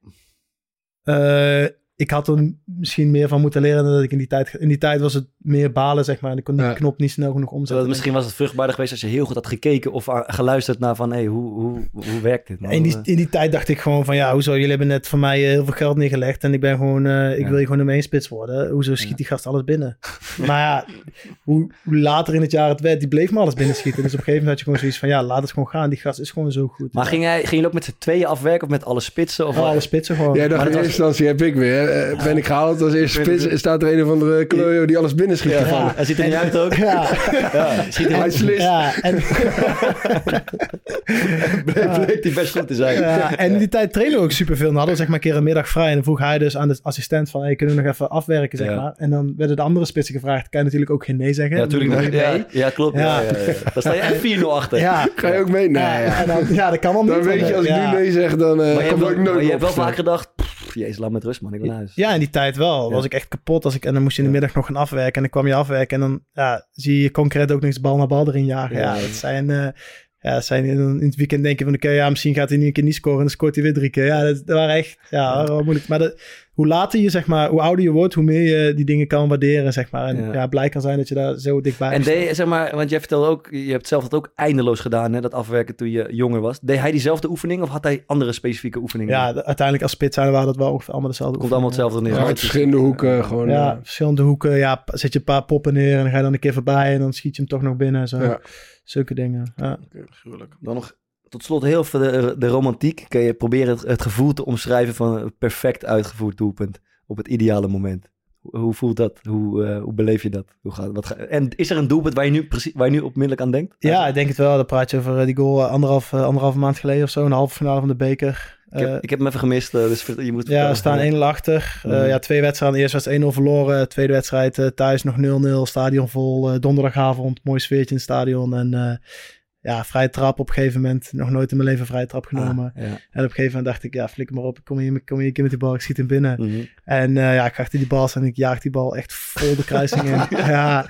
Uh, ik had er misschien meer van moeten leren dan dat ik in die tijd... In die tijd was het meer balen, zeg maar. En ik kon die ja. knop niet snel genoeg omzetten. Misschien was het vruchtbaarder geweest als je heel goed had gekeken of geluisterd naar van... hé, hey, hoe, hoe, hoe werkt dit? In die, in die tijd dacht ik gewoon van... ja, hoezo? Jullie hebben net voor mij heel veel geld neergelegd... en ik ben gewoon... Uh, ik ja. wil je gewoon nummer één spits worden. Hoezo schiet ja. die gast alles binnen? Maar ja, hoe, hoe later in het jaar het werd... die bleef me alles binnen schieten. Dus op een gegeven moment had je gewoon zoiets van... ja, laat het gewoon gaan. Die gast is gewoon zo goed. Maar ja. ging jij ging je ook met z'n tweeën afwerken of met alle spitsen? Of ja, alle spitsen gewoon. Jij dacht in eerste instantie heb ik weer... uh, ben ik gehaald als eerste spits. Staat er een of andere Klojo die alles binnenschiet. Ja, Ja. hij ziet er niet uit ook. Ja. Ja, ziet er Hij uit. slist. Ja, en, Bleek die best goed te zijn. ja, en in die tijd trainen we ook superveel. Dan hadden we zeg maar een keer een middag vrij. En dan vroeg hij dus aan de assistent van... Hey, kunnen we nog even afwerken, zeg Ja. maar. En dan werden de andere spitsen gevraagd. Kan je natuurlijk ook geen nee zeggen. Ja, natuurlijk. Dan nog. doe je nee. Ja, ja, klopt. Ja. Ja. Ja, ja, ja. Dan sta je echt vier nul achter. Ja. Ga je ook mee? Nee, Ja, ja. en dan, ja, dat kan wel niet. Dan weet je, als ik ja. nu nee zeg, dan uh, Maar je hebt kom wel, ik nooit maar je hebt wel opgesteld. vaak gedacht... pff, jezus, laat me met rust, man. Ik wil naar huis. Ja, in die tijd wel. Ja. Was ik echt kapot. Als ik, en dan moest je in de middag nog gaan afwerken. En dan kwam je afwerken. En dan ja, zie je concreet ook niks bal naar bal erin jagen. Ja, Ja. ja dat zijn... Uh, ja, dat zijn in het weekend denken van... Oké, ja, misschien gaat hij nu een keer niet scoren. En dan scoort hij weer drie keer. Ja, dat, dat waren echt... Ja, dat waren moeilijk. Maar dat, hoe later je, zeg maar... Hoe ouder je wordt, hoe meer je die dingen kan waarderen, zeg maar. En Ja. ja, blij kan zijn dat je daar zo dichtbij En staat. deed, zeg maar, want jij vertelde ook, je hebt zelf dat ook eindeloos gedaan, hè, dat afwerken toen je jonger was. Deed hij diezelfde oefening of had hij andere specifieke oefeningen? Ja, de- uiteindelijk als spits zijn waren dat wel ongeveer allemaal dezelfde Komt allemaal hetzelfde neer. Ja, uit verschillende hoeken gewoon. Ja, uh, verschillende hoeken. Ja, p- zet je een paar poppen neer en dan ga je dan een keer voorbij en dan schiet je hem toch nog binnen. Zo. ja. Zulke dingen. Ja. Gruwelijk. Dan nog tot slot heel veel de, de romantiek. Kun je proberen het, het gevoel te omschrijven van een perfect uitgevoerd doelpunt op het ideale moment. Hoe, hoe voelt dat? Hoe, uh, hoe beleef je dat? Hoe gaat, wat ga, en is er een doelpunt waar je nu, precies, waar je nu onmiddellijk aan denkt? Ja, ik denk het wel. Dan praat je over eh, die goal uh, anderhalf, uh, anderhalve maand geleden of zo. Een halve finale van de beker. Ik heb, Uh, ik heb hem even gemist, uh, dus je moet... ja, we staan één nul achter. Uh, Mhm. ja, twee wedstrijden. De eerste wedstrijd één nul verloren. Tweede wedstrijd uh, thuis nog nul nul. Stadion vol. Uh, donderdagavond. Mooi sfeertje in het stadion. En uh, ja, vrije trap op een gegeven moment. Nog nooit in mijn leven vrije trap genomen. Ah, ja. En op een gegeven moment dacht ik, ja, flikker maar op. Ik kom hier, ik kom hier een keer met die bal. Ik schiet hem binnen. Mhm. En uh, ja, ik ga achter die bal staan en ik jaag die bal echt vol de kruising in. Ja,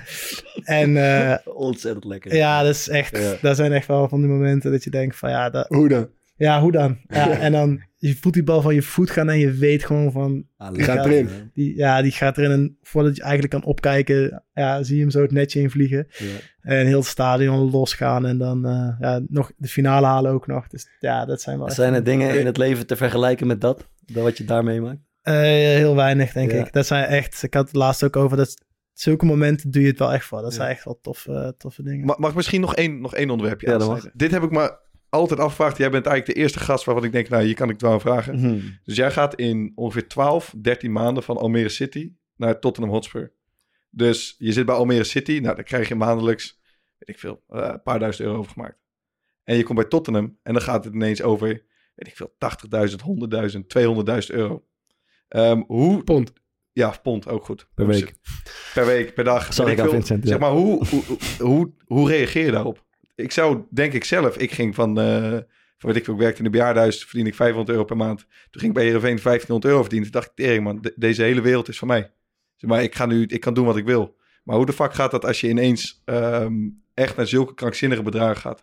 en uh, Ontzettend lekker. ja, dat is echt, Ja. dat zijn echt wel van die momenten dat je denkt van ja, dat, Hoe dan? ja, hoe dan? Ja, en dan, je voelt die bal van je voet gaan en je weet gewoon van, Ah, Die gaat Ja. erin. die, ja, die gaat erin en voordat je eigenlijk kan opkijken, ja, zie je hem zo het netje in vliegen. Ja. En heel het stadion losgaan en dan uh, ja, nog de finale halen ook nog. Dus ja, dat zijn wel echt- Zijn er dingen in het leven te vergelijken met dat? Dat wat je daar meemaakt? Uh, heel weinig, denk Ja. ik. Dat zijn echt, ik had het laatst ook over, dat zulke momenten doe je het wel echt voor. Dat Ja. zijn echt wel toffe, toffe dingen. Ma- mag ik misschien nog één, nog één onderwerpje Ja, dat aansnijden? Dit heb ik me altijd afgevraagd. Jij bent eigenlijk de eerste gast waarvan ik denk, nou, hier kan ik het wel aan vragen. Mhm. Dus jij gaat in ongeveer twaalf, dertien maanden van Almere City naar Tottenham Hotspur. Dus je zit bij Almere City. Nou, dan krijg je maandelijks, weet ik veel, uh, een paar duizend euro overgemaakt. En je komt bij Tottenham en dan gaat het ineens over, weet ik veel, tachtigduizend, honderdduizend, tweehonderdduizend euro. Um, hoe... Pond. Ja, pond, ook goed. Per week. Per week, per dag. Zag weet ik aan veel. Vincent, ja. Zeg maar, hoe, hoe, hoe, hoe reageer je daarop? Ik zou, denk ik zelf, ik ging van, uh, van weet ik veel, ik werkte in een bejaardenhuis, verdien ik vijfhonderd euro per maand. Toen ging ik bij Heerenveen vijftienhonderd euro verdienen. Toen dacht ik, tering man, de- deze hele wereld is van mij. Zeg maar, ik ga nu, ik kan doen wat ik wil. Maar hoe de fuck gaat dat als je ineens um, echt naar zulke krankzinnige bedragen gaat?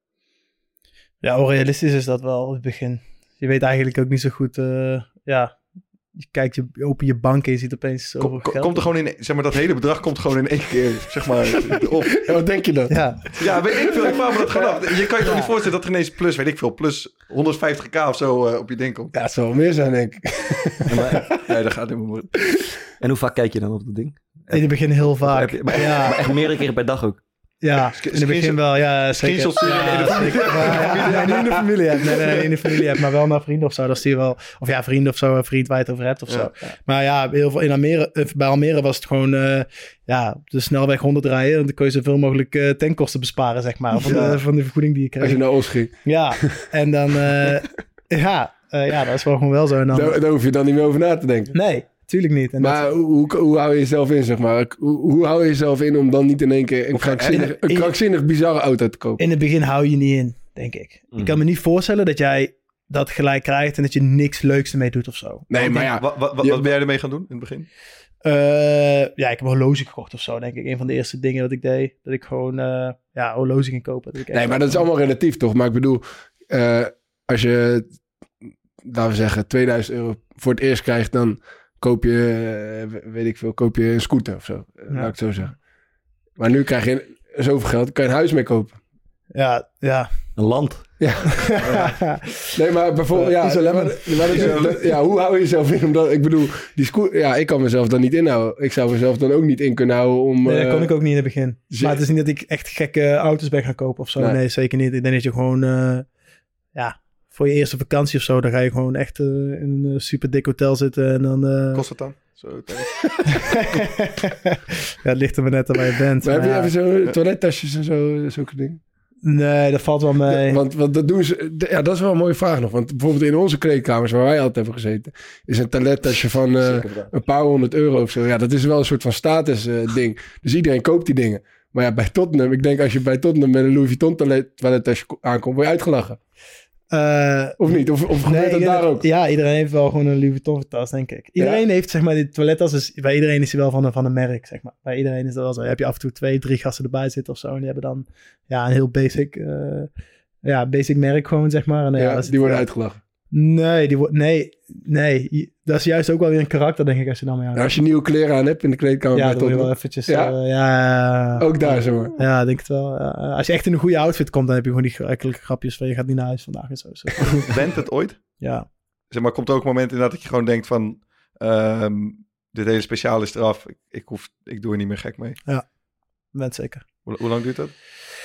Ja, hoe realistisch is dat wel in het begin. Je weet eigenlijk ook niet zo goed, uh, ja, je kijkt, je, je open je bank en je ziet opeens zoveel Kom, kom- geld. komt er gewoon in, zeg maar, dat hele bedrag komt gewoon in één keer, zeg maar, op. Ja, wat denk je dan? Ja, Ja, weet ik veel. Ik vraag me dat gewoon af. Je kan je toch niet voorstellen dat er ineens plus, weet ik veel, plus honderdvijftig k of zo uh, op je ding komt. Ja, het zal wel meer zijn, denk ik. Ja, maar- Nee, dat gaat helemaal niet. en hoe vaak kijk je dan op dat ding? in het begin heel vaak. Heb je- maar, ja, maar echt meerdere keren per dag ook. ja, in het begin wel, ja, zeker. Screenshots sturen in de Ja, zeker. Ja, ja, nee, niet in de familie hebt, nee, nee, nee, niet in de familie hebt, maar wel naar vrienden of zo. Dat zie je wel, of ja, vrienden of zo, een vriend waar je het over hebt of zo. Maar ja, heel veel in Almere, eh, bij Almere was het gewoon, uh, ja, op de snelweg honderd rijden. En dan kon je zoveel mogelijk uh, tankkosten besparen, zeg maar, van, Ja. de, van de vergoeding die je kreeg. Als je naar Os ging. Ja, en dan, uh, ja, uh, ja, dat is wel gewoon wel zo. En dan, Daar, daar hoef je dan niet meer over na te denken. nee, tuurlijk niet. En Maar dat, hoe, hoe, hoe hou je jezelf in, zeg maar? Hoe, hoe hou je jezelf in om dan niet in één keer een Of- krankzinnig, in- een krankzinnig bizarre auto te kopen? in het begin hou je niet in, denk ik. Mm. Ik kan me niet voorstellen dat jij dat gelijk krijgt en dat je niks leuks ermee doet of zo. Nee, maar ja. Wat, wat, wat, Je- wat ben jij ermee gaan doen in het begin? Uh, ja, ik heb een horloge gekocht of zo, denk ik. Een van de eerste dingen dat ik deed. Dat ik gewoon, uh, ja, horloge ging kopen. Dat ik echt Nee, maar dat is allemaal relatief, toch? Maar ik bedoel, uh, als je, laten we zeggen, tweeduizend euro voor het eerst krijgt, dan koop je, uh, weet ik veel, koop je een scooter of zo. Ja. Laat ik het zo zeggen. Maar nu krijg je zoveel geld, kan je een huis mee kopen. Ja, ja. Een land. Ja. Nee, maar bijvoorbeeld, ja, Isolem. maar, maar dat is- dat- ja, hoe hou je jezelf in? Omdat, ik bedoel, die scooter, ja, ik kan mezelf dan niet inhouden. Ik zou mezelf dan ook niet in kunnen houden om... Nee, dat uh, kon ik ook niet in het begin. ze- Maar het is niet dat ik echt gekke auto's ben gaan kopen of zo. Nee. Nee, zeker niet. Ik denk dat je gewoon, uh, ja, voor je eerste vakantie of zo, dan ga je gewoon echt uh, in een super dik hotel zitten en dan... Uh... Kost het dan? Zo, ja, het ligt er maar net aan waar je bent. Maar, maar heb je ja. even zo toilettasjes en zo, zulke dingen? Nee, dat valt wel mee. Ja, want, want dat doen ze... Ja, dat is wel een mooie vraag nog. Want bijvoorbeeld in onze kleedkamers, waar wij altijd hebben gezeten, is een toilettasje van uh, een paar honderd euro of zo. Ja, dat is wel een soort van status uh, ding. Dus iedereen koopt die dingen. Maar ja, bij Tottenham, ik denk als je bij Tottenham met een Louis Vuitton toilet, toilettasje aankomt, word je uitgelachen. Uh, of niet? Of, of gebeurt nee, dat daar ook? Ja, iedereen heeft wel gewoon een Louis Vuitton tas, denk ik. Iedereen ja? heeft, zeg maar, die toilettas. Is, bij iedereen is die wel van een, van een merk, zeg maar. Bij iedereen is dat wel zo. Heb je af en toe twee, drie gasten erbij zitten of zo. En die hebben dan ja, een heel basic, uh, ja, basic merk gewoon, zeg maar. En, ja, ja, die het, worden ja, uitgelachen. Nee, die wordt, nee, nee. Dat is juist ook wel weer een karakter, denk ik, als je dan mee aan. Ja, als je nieuwe kleren aan hebt in de kleedkamer. Ja, dan moet je wel eventjes... Ja? Uh, ja, ook daar zo hoor. Ja, denk het wel. Ja. Als je echt in een goede outfit komt, dan heb je gewoon die gekkelijke grapjes van je gaat niet naar huis vandaag en zo. zo. Went het ooit? Ja. Zeg maar, komt er ook een moment inderdaad dat je gewoon denkt van... Um, dit hele speciaal is eraf. Ik, ik, hoef, ik doe er niet meer gek mee. Ja, went zeker. Hoe, hoe lang duurt dat?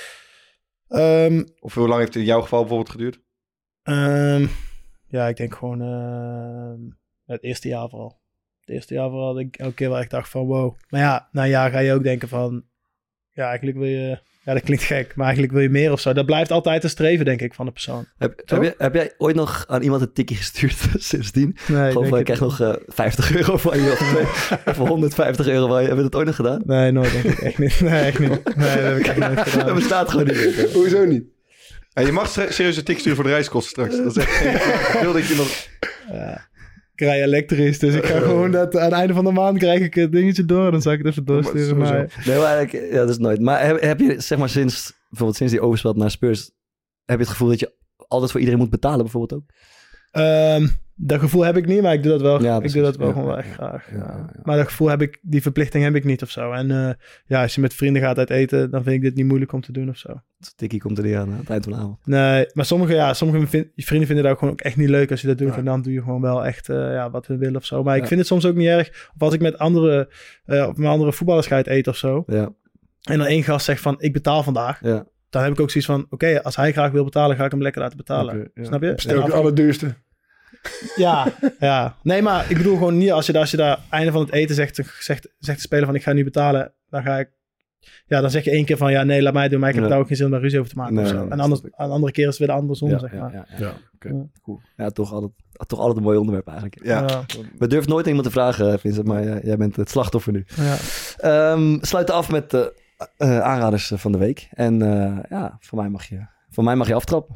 Um, of hoe lang heeft het in jouw geval bijvoorbeeld geduurd? Um, Ja, ik denk gewoon uh, het eerste jaar vooral. Het eerste jaar vooral dat ik elke keer wel echt dacht van wow. Maar ja, na een jaar ga je ook denken van... Ja, eigenlijk wil je... Ja, dat klinkt gek, maar eigenlijk wil je meer of zo. Dat blijft altijd een streven, denk ik, van de persoon. Heb, heb, je, heb jij ooit nog aan iemand een tikkie gestuurd sindsdien? Nee, Gewoon van, ik krijg nog uh, vijftig euro van je. Of, of honderdvijftig euro van je. Heb je dat ooit nog gedaan? Nee, nooit denk ik. Echt niet. Nee, echt niet. Nee, dat heb ik echt nooit gedaan. Dat bestaat gewoon niet. Hoezo niet? Ja, je mag serieus een tik sturen voor de reiskosten straks. Dat is echt geen wil dat je nog... Ja, ik rij elektrisch, dus ik ga gewoon dat aan het einde van de maand krijg ik het dingetje door. Dan zal ik het even doorsturen. Maar... Nee, maar eigenlijk, ja, dat is nooit. Maar heb, heb je, zeg maar, sinds, bijvoorbeeld sinds die overspel naar Spurs, heb je het gevoel dat je altijd voor iedereen moet betalen, bijvoorbeeld ook? Um, dat gevoel heb ik niet, maar ik doe dat wel. Ja, ik doe dat wel ja, gewoon ja, wel echt graag. Ja. Ja, ja. Maar dat gevoel heb ik, die verplichting heb ik niet of zo. En uh, ja, als je met vrienden gaat uit eten, dan vind ik dit niet moeilijk om te doen of zo. Tikkie komt er niet aan, hè, aan het eind van de avond. Nee, maar sommige, ja, sommige vind, vrienden vinden dat ook gewoon ook echt niet leuk als je dat doet. Ja. En dan doe je gewoon wel echt uh, ja, wat we willen of zo. Maar Ja. ik vind het soms ook niet erg. Of als ik met andere, uh, of met andere voetballers ga uit eten of zo. Ja. En dan één gast zegt van, ik betaal vandaag. Ja. Dan heb ik ook zoiets van, oké, okay, als hij graag wil betalen, ga ik hem lekker laten betalen. Okay, ja. Snap je? Stel ook de allerduurste. Ja, ja. Nee, maar ik bedoel gewoon niet als je, als je daar einde van het eten zegt, zegt, zegt de speler van ik ga nu betalen, dan ga ik... Ja, dan zeg je één keer van ja, nee, laat mij doen, maar ik heb ja. daar ook geen zin om daar ruzie over te maken. Nee, of zo. nee, en anders, aan de andere keer is het weer andersom, Ja, zeg maar. ja, ja, ja. Ja, okay. Ja. Cool. Ja, toch altijd, toch altijd een mooi onderwerp eigenlijk. Ja. Ja. We durven nooit iemand te vragen, Vincent, maar uh, jij bent het slachtoffer nu. Ja. Um, sluiten af met de uh, aanraders van de week. En uh, ja, voor mij mag je, voor mij mag je aftrappen.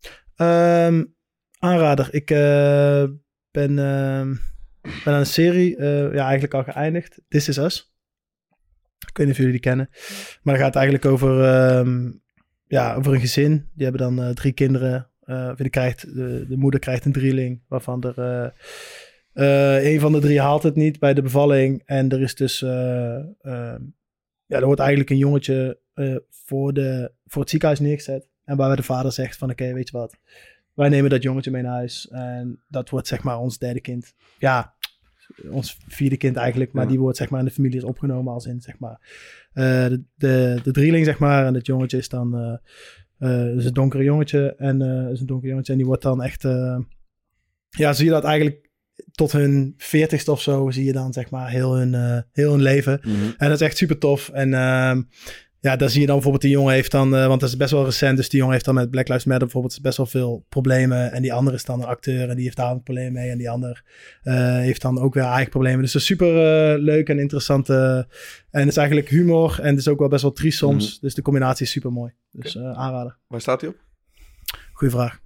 Um, aanrader. Ik uh, ben, uh, ben aan een serie, uh, ja, eigenlijk al geëindigd. This Is Us. Ik weet niet of jullie die kennen. Maar het gaat eigenlijk over, um, ja, over een gezin. Die hebben dan uh, drie kinderen. Uh, die krijgt, de, de moeder krijgt een drieling, waarvan er uh, uh, een van de drie haalt het niet bij de bevalling. En er is dus, uh, uh, ja, er wordt eigenlijk een jongetje uh, voor, de, voor het ziekenhuis neergezet. En waarbij de vader zegt van, oké, okay, weet je wat, wij nemen dat jongetje mee naar huis. En dat wordt zeg maar ons derde kind. Ja, ons vierde kind eigenlijk. Maar ja. Die wordt zeg maar in de familie is opgenomen als in zeg maar uh, de, de, de drieling zeg maar. En dat jongetje is dan uh, uh, is een donkere jongetje. En uh, is een donker jongetje. En die wordt dan echt, uh, ja, zie je dat eigenlijk tot hun veertigste of zo, zie je dan zeg maar heel hun, uh, heel hun leven. Mm-hmm. En dat is echt super tof. En uh, ja, daar zie je dan bijvoorbeeld die jongen heeft dan, uh, want dat is best wel recent, dus die jongen heeft dan met Black Lives Matter bijvoorbeeld best wel veel problemen. En die andere is dan een acteur en die heeft daar een probleem mee. En die ander uh, heeft dan ook weer eigen problemen. Dus het is super uh, leuk en interessant. Uh, en het is eigenlijk humor en het is ook wel best wel triest soms. Mm-hmm. Dus de combinatie is super mooi. Dus uh, aanraden. Waar staat hij op? Goeie vraag.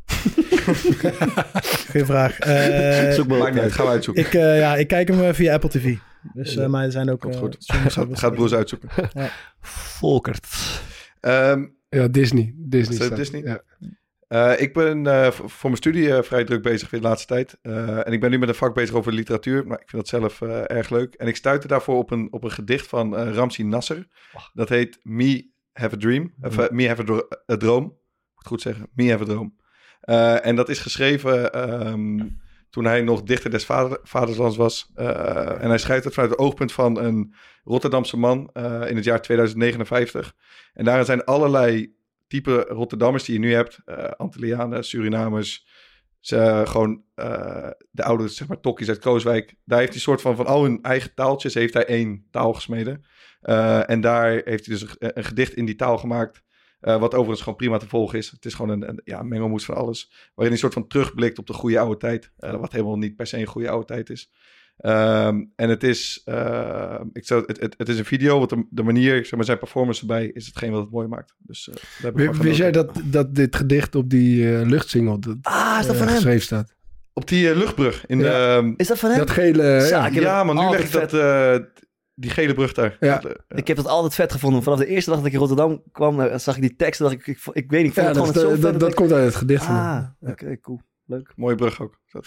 Goeie vraag. Uh, Zoek maar uit, gaan we uitzoeken. Ik, uh, ja, ik kijk hem via Apple T V. Dus uh, maar er zijn ook... Komt uh, goed. Gaat, gaat Broers uitzoeken. Ja. Volkert. Um, ja, Disney. Disney. Staat Disney? Ja. Uh, ik ben uh, voor mijn studie uh, vrij druk bezig de laatste tijd. Uh, en ik ben nu met een vak bezig over literatuur. Maar ik vind dat zelf uh, erg leuk. En ik stuitte daarvoor op een, op een gedicht van uh, Ramzi Nasser. Dat heet Me Have a Dream. Of uh, Me Have a, dro- a Droom. Moet ik het goed zeggen? Me Have a Droom. Uh, en dat is geschreven um, toen hij nog dichter des vader, vaderslands was. Uh, en hij schrijft het vanuit het oogpunt van een Rotterdamse man uh, in het jaar tweeduizend negenenvijftig. En daarin zijn allerlei type Rotterdammers die je nu hebt. Uh, Antillianen, Surinamers, Ze, uh, gewoon uh, de oude, zeg maar, tokkies uit Kooswijk. Daar heeft hij soort van van al hun eigen taaltjes... heeft hij één taal gesmeden. Uh, en daar heeft hij dus een, een gedicht in die taal gemaakt... Uh, wat overigens gewoon prima te volgen is. Het is gewoon een, een ja, mengelmoes van alles. Waarin hij een soort van terugblikt op de goede oude tijd. Uh, wat helemaal niet per se een goede oude tijd is. Um, en het is, uh, ik zou, het, het, het is een video, wat de, de manier, zeg maar, zijn performance erbij is hetgeen wat het mooi maakt. Dus, uh, daar heb ik Wist jij dat, dat dit gedicht op die uh, luchtsingle dat, ah, is dat uh, van hem? geschreven staat? Op die uh, luchtbrug. In ja. de, um, is dat van hem? Dat gele... Zaak, ja, ja maar nu leg ik vet. dat, uh, die gele brug daar. Ja. Dat, uh, ja. Ik heb dat altijd vet gevonden. Vanaf de eerste dag dat ik in Rotterdam kwam, uh, zag ik die teksten. Dacht ik, ik, ik weet niet, ik vond ja, het dat, gewoon dat, zo vet. dat, dat ik... komt uit het gedicht van Ah, hem. oké, okay, cool. Leuk. Mooie brug ook. Dat.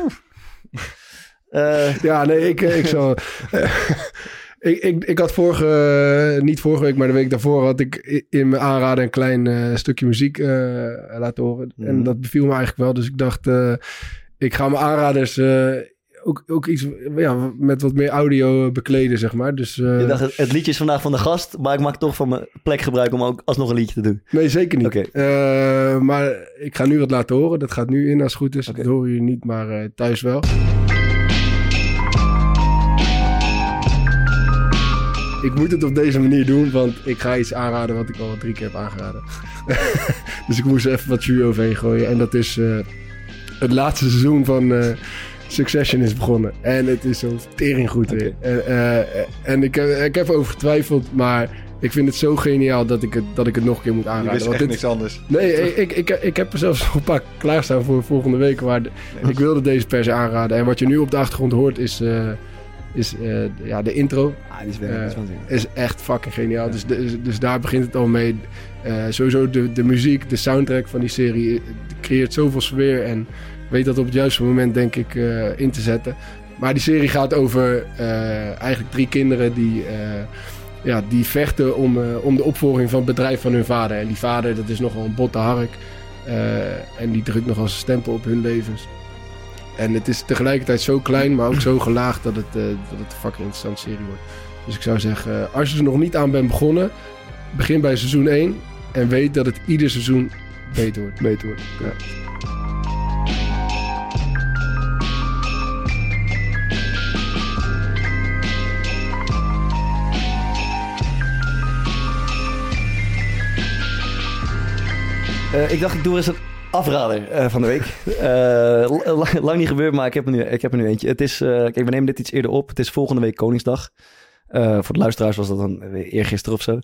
Uh, ja, nee, ik, ik zal... ik, ik, ik had vorige... Uh, niet vorige week, maar de week daarvoor... had ik in mijn aanraden een klein uh, stukje muziek uh, laten horen. Mm. En dat beviel me eigenlijk wel. Dus ik dacht... Uh, ik ga mijn aanraders... Uh, ook, ook iets ja, met wat meer audio bekleden, zeg maar. Dus, uh, je dacht, het, het liedje is vandaag van de gast... maar ik maak toch van mijn plek gebruik... om ook alsnog een liedje te doen. Nee, zeker niet. Okay. Uh, maar ik ga nu wat laten horen. Dat gaat nu in als het goed is. Okay. Dat horen jullie niet, maar uh, thuis wel. Ik moet het op deze manier doen, want ik ga iets aanraden wat ik al drie keer heb aangeraden. Dus ik moest er even wat jus overheen gooien. En dat is uh, het laatste seizoen van uh, Succession is begonnen. En het is zo tering goed weer. Okay. En, uh, en ik, heb, ik heb over getwijfeld, maar ik vind het zo geniaal dat ik het, dat ik het nog een keer moet aanraden. Je wist echt dit, niks anders. Nee, ik, ik, ik, ik heb er zelfs nog een paar klaarstaan voor volgende week. Maar de, nee, ik wilde deze per se aanraden. En wat je nu op de achtergrond hoort is... Uh, is uh, ja, de intro. Ah, die is, wel, uh, is, is echt fucking geniaal. Ja. Dus, de, dus daar begint het al mee. Uh, sowieso de, de muziek, de soundtrack van die serie creëert zoveel sfeer en weet dat op het juiste moment, denk ik, uh, in te zetten. Maar die serie gaat over uh, eigenlijk drie kinderen die, uh, ja, die vechten om, uh, om de opvolging van het bedrijf van hun vader. En die vader, dat is nogal een botte hark. Uh, en die drukt nogal zijn stempel op hun levens. En het is tegelijkertijd zo klein, maar ook zo gelaagd dat het, uh, dat het een fucking interessante serie wordt. Dus ik zou zeggen, uh, als je er nog niet aan bent begonnen, begin bij seizoen één. En weet dat het ieder seizoen beter wordt. Beter wordt. Ja. Uh, ik dacht, ik doe eens een afrader uh, van de week. Uh, lang, lang niet gebeurd, maar ik heb er nu, ik heb er nu eentje. Het is, uh, kijk, we nemen dit iets eerder op. Het is volgende week Koningsdag. Uh, voor de luisteraars was dat dan eergisteren of zo. Um,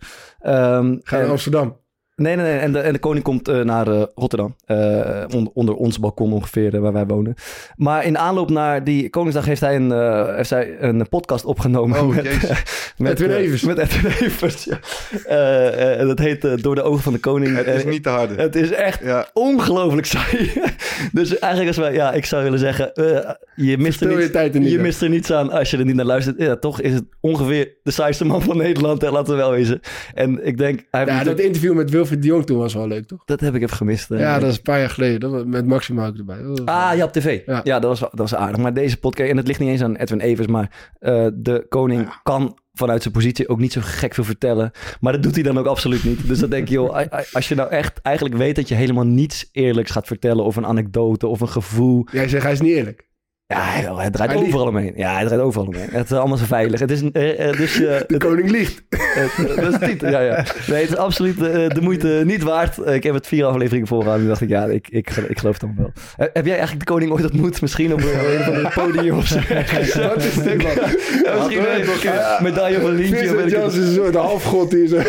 Ga naar Amsterdam. Nee, nee, nee. En de, en de koning komt uh, naar uh, Rotterdam. Uh, on, onder ons balkon ongeveer, uh, waar wij wonen. Maar in aanloop naar die Koningsdag heeft hij een, uh, heeft hij een podcast opgenomen. Oh, met, uh, met Edwin Evers. Met Edwin Evers, ja. Uh, uh, dat heet uh, Door de ogen van de koning. Het is uh, niet te harde. Het is echt ja. ongelooflijk saai. Dus eigenlijk als wij, ja, ik zou willen zeggen, uh, je, mist er, niet, je, niet, je mist er niets aan als je er niet naar luistert. Ja, toch is het ongeveer de saaiste man van Nederland, laten we wel wezen. En ik denk... Hij ja, dat interview met Wilfried de Jong toen was wel leuk, toch? Dat heb ik even gemist. Uh, ja, dat is een paar jaar geleden. Dat was met Maxima ook erbij. Ah, ja, op tv. Ja, ja dat, was, dat was aardig. Maar deze podcast, en het ligt niet eens aan Edwin Evers, maar uh, de koning ja. kan vanuit zijn positie ook niet zo gek veel vertellen. Maar dat doet hij dan ook absoluut niet. Dus dan denk je, joh, als je nou echt eigenlijk weet dat je helemaal niets eerlijks gaat vertellen of een anekdote of een gevoel. Jij zegt, hij is niet eerlijk. Ja, hij, hij draait hij overal omheen. Ja, hij draait overal omheen. Het is allemaal zo veilig. Het is, uh, uh, dus, uh, de koning liegt. Uh, uh, dat is de titel, ja, ja. Nee, het is absoluut uh, de moeite niet waard. Uh, ik heb het vier afleveringen voorgehouden. En dacht ik, ja, ik, ik, ik geloof het dan wel. Uh, heb jij eigenlijk de koning ooit ontmoet? Misschien op een, een van de podium of zo? Wat is dit, man? Ja, misschien een uh, medaille of een lintje. Vincent Jans is een soort halfgod die zo...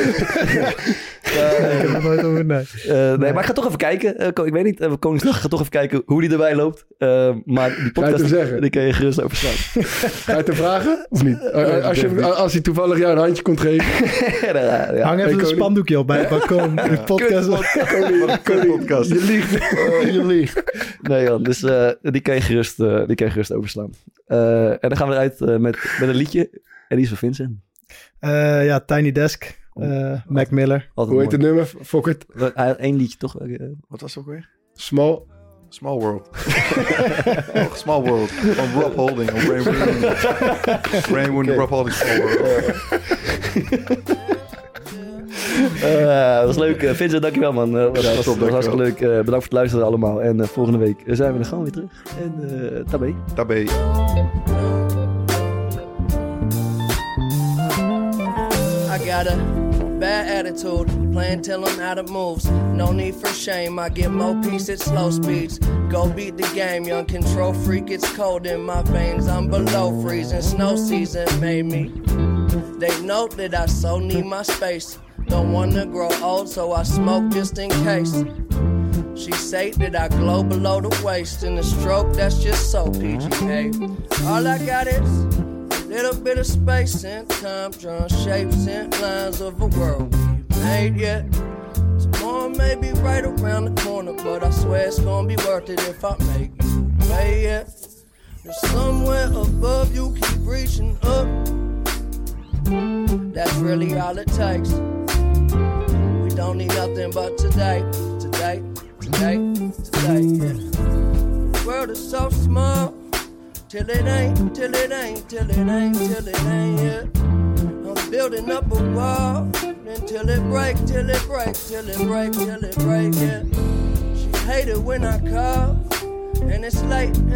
Uh, ik heb er nooit over nee. Uh, nee, nee, maar ik ga toch even kijken. Uh, ik weet niet, uh, Koningsdag, ik ga toch even kijken hoe die erbij loopt. Uh, maar die podcast, die kan je gerust overslaan. Ga je het hem vragen? Of niet? Uh, als, je, als hij toevallig jou een handje komt geven. ja, ja. Hang even hey, een spandoekje op bij het balkon. De podcast. podcast. Je liegt. Oh, je liegt. Nee, Jan, dus uh, die, kan je gerust, uh, die kan je gerust overslaan. Uh, en dan gaan we eruit uh, met, met een liedje. En die is van Vincent. Uh, ja, Tiny Desk. Uh, Mac Miller. Hoe heet het nummer? Fuck it. Eén liedje toch? Wat was het ook weer? Small. Small World. oh, Small World. Van Rob Holding. Of Ray Wood. Ray Wood, Rob Holding, Small World. Uh, dat was leuk. Uh, Vincent, dankjewel man. Uh, was, ja, was, top, was hartstikke leuk. Uh, bedankt voor het luisteren allemaal. En uh, volgende week zijn we er gewoon weer terug. En uh, tabé. Tabé. I got a bad attitude, playing till I'm out of moves. No need for shame, I get more peace at slow speeds. Go beat the game, young control freak, it's cold in my veins. I'm below freezing, snow season made me. They know that I so need my space. Don't wanna grow old, so I smoke just in case. She say that I glow below the waist, and the stroke, that's just so P G A. All I got is little bit of space and time, drawing shapes and lines of a world we made yet. Tomorrow may be right around the corner, but I swear it's gonna be worth it if I make you pay it. There's somewhere above you, keep reaching up. That's really all it takes. We don't need nothing but today, today, today, today, yeah. The world is so small. Till it ain't, till it ain't, till it ain't, till it ain't, yeah. I'm building up a wall, until it break, till it break, till it break, till it break, yeah. She hate it when I call, and it's late.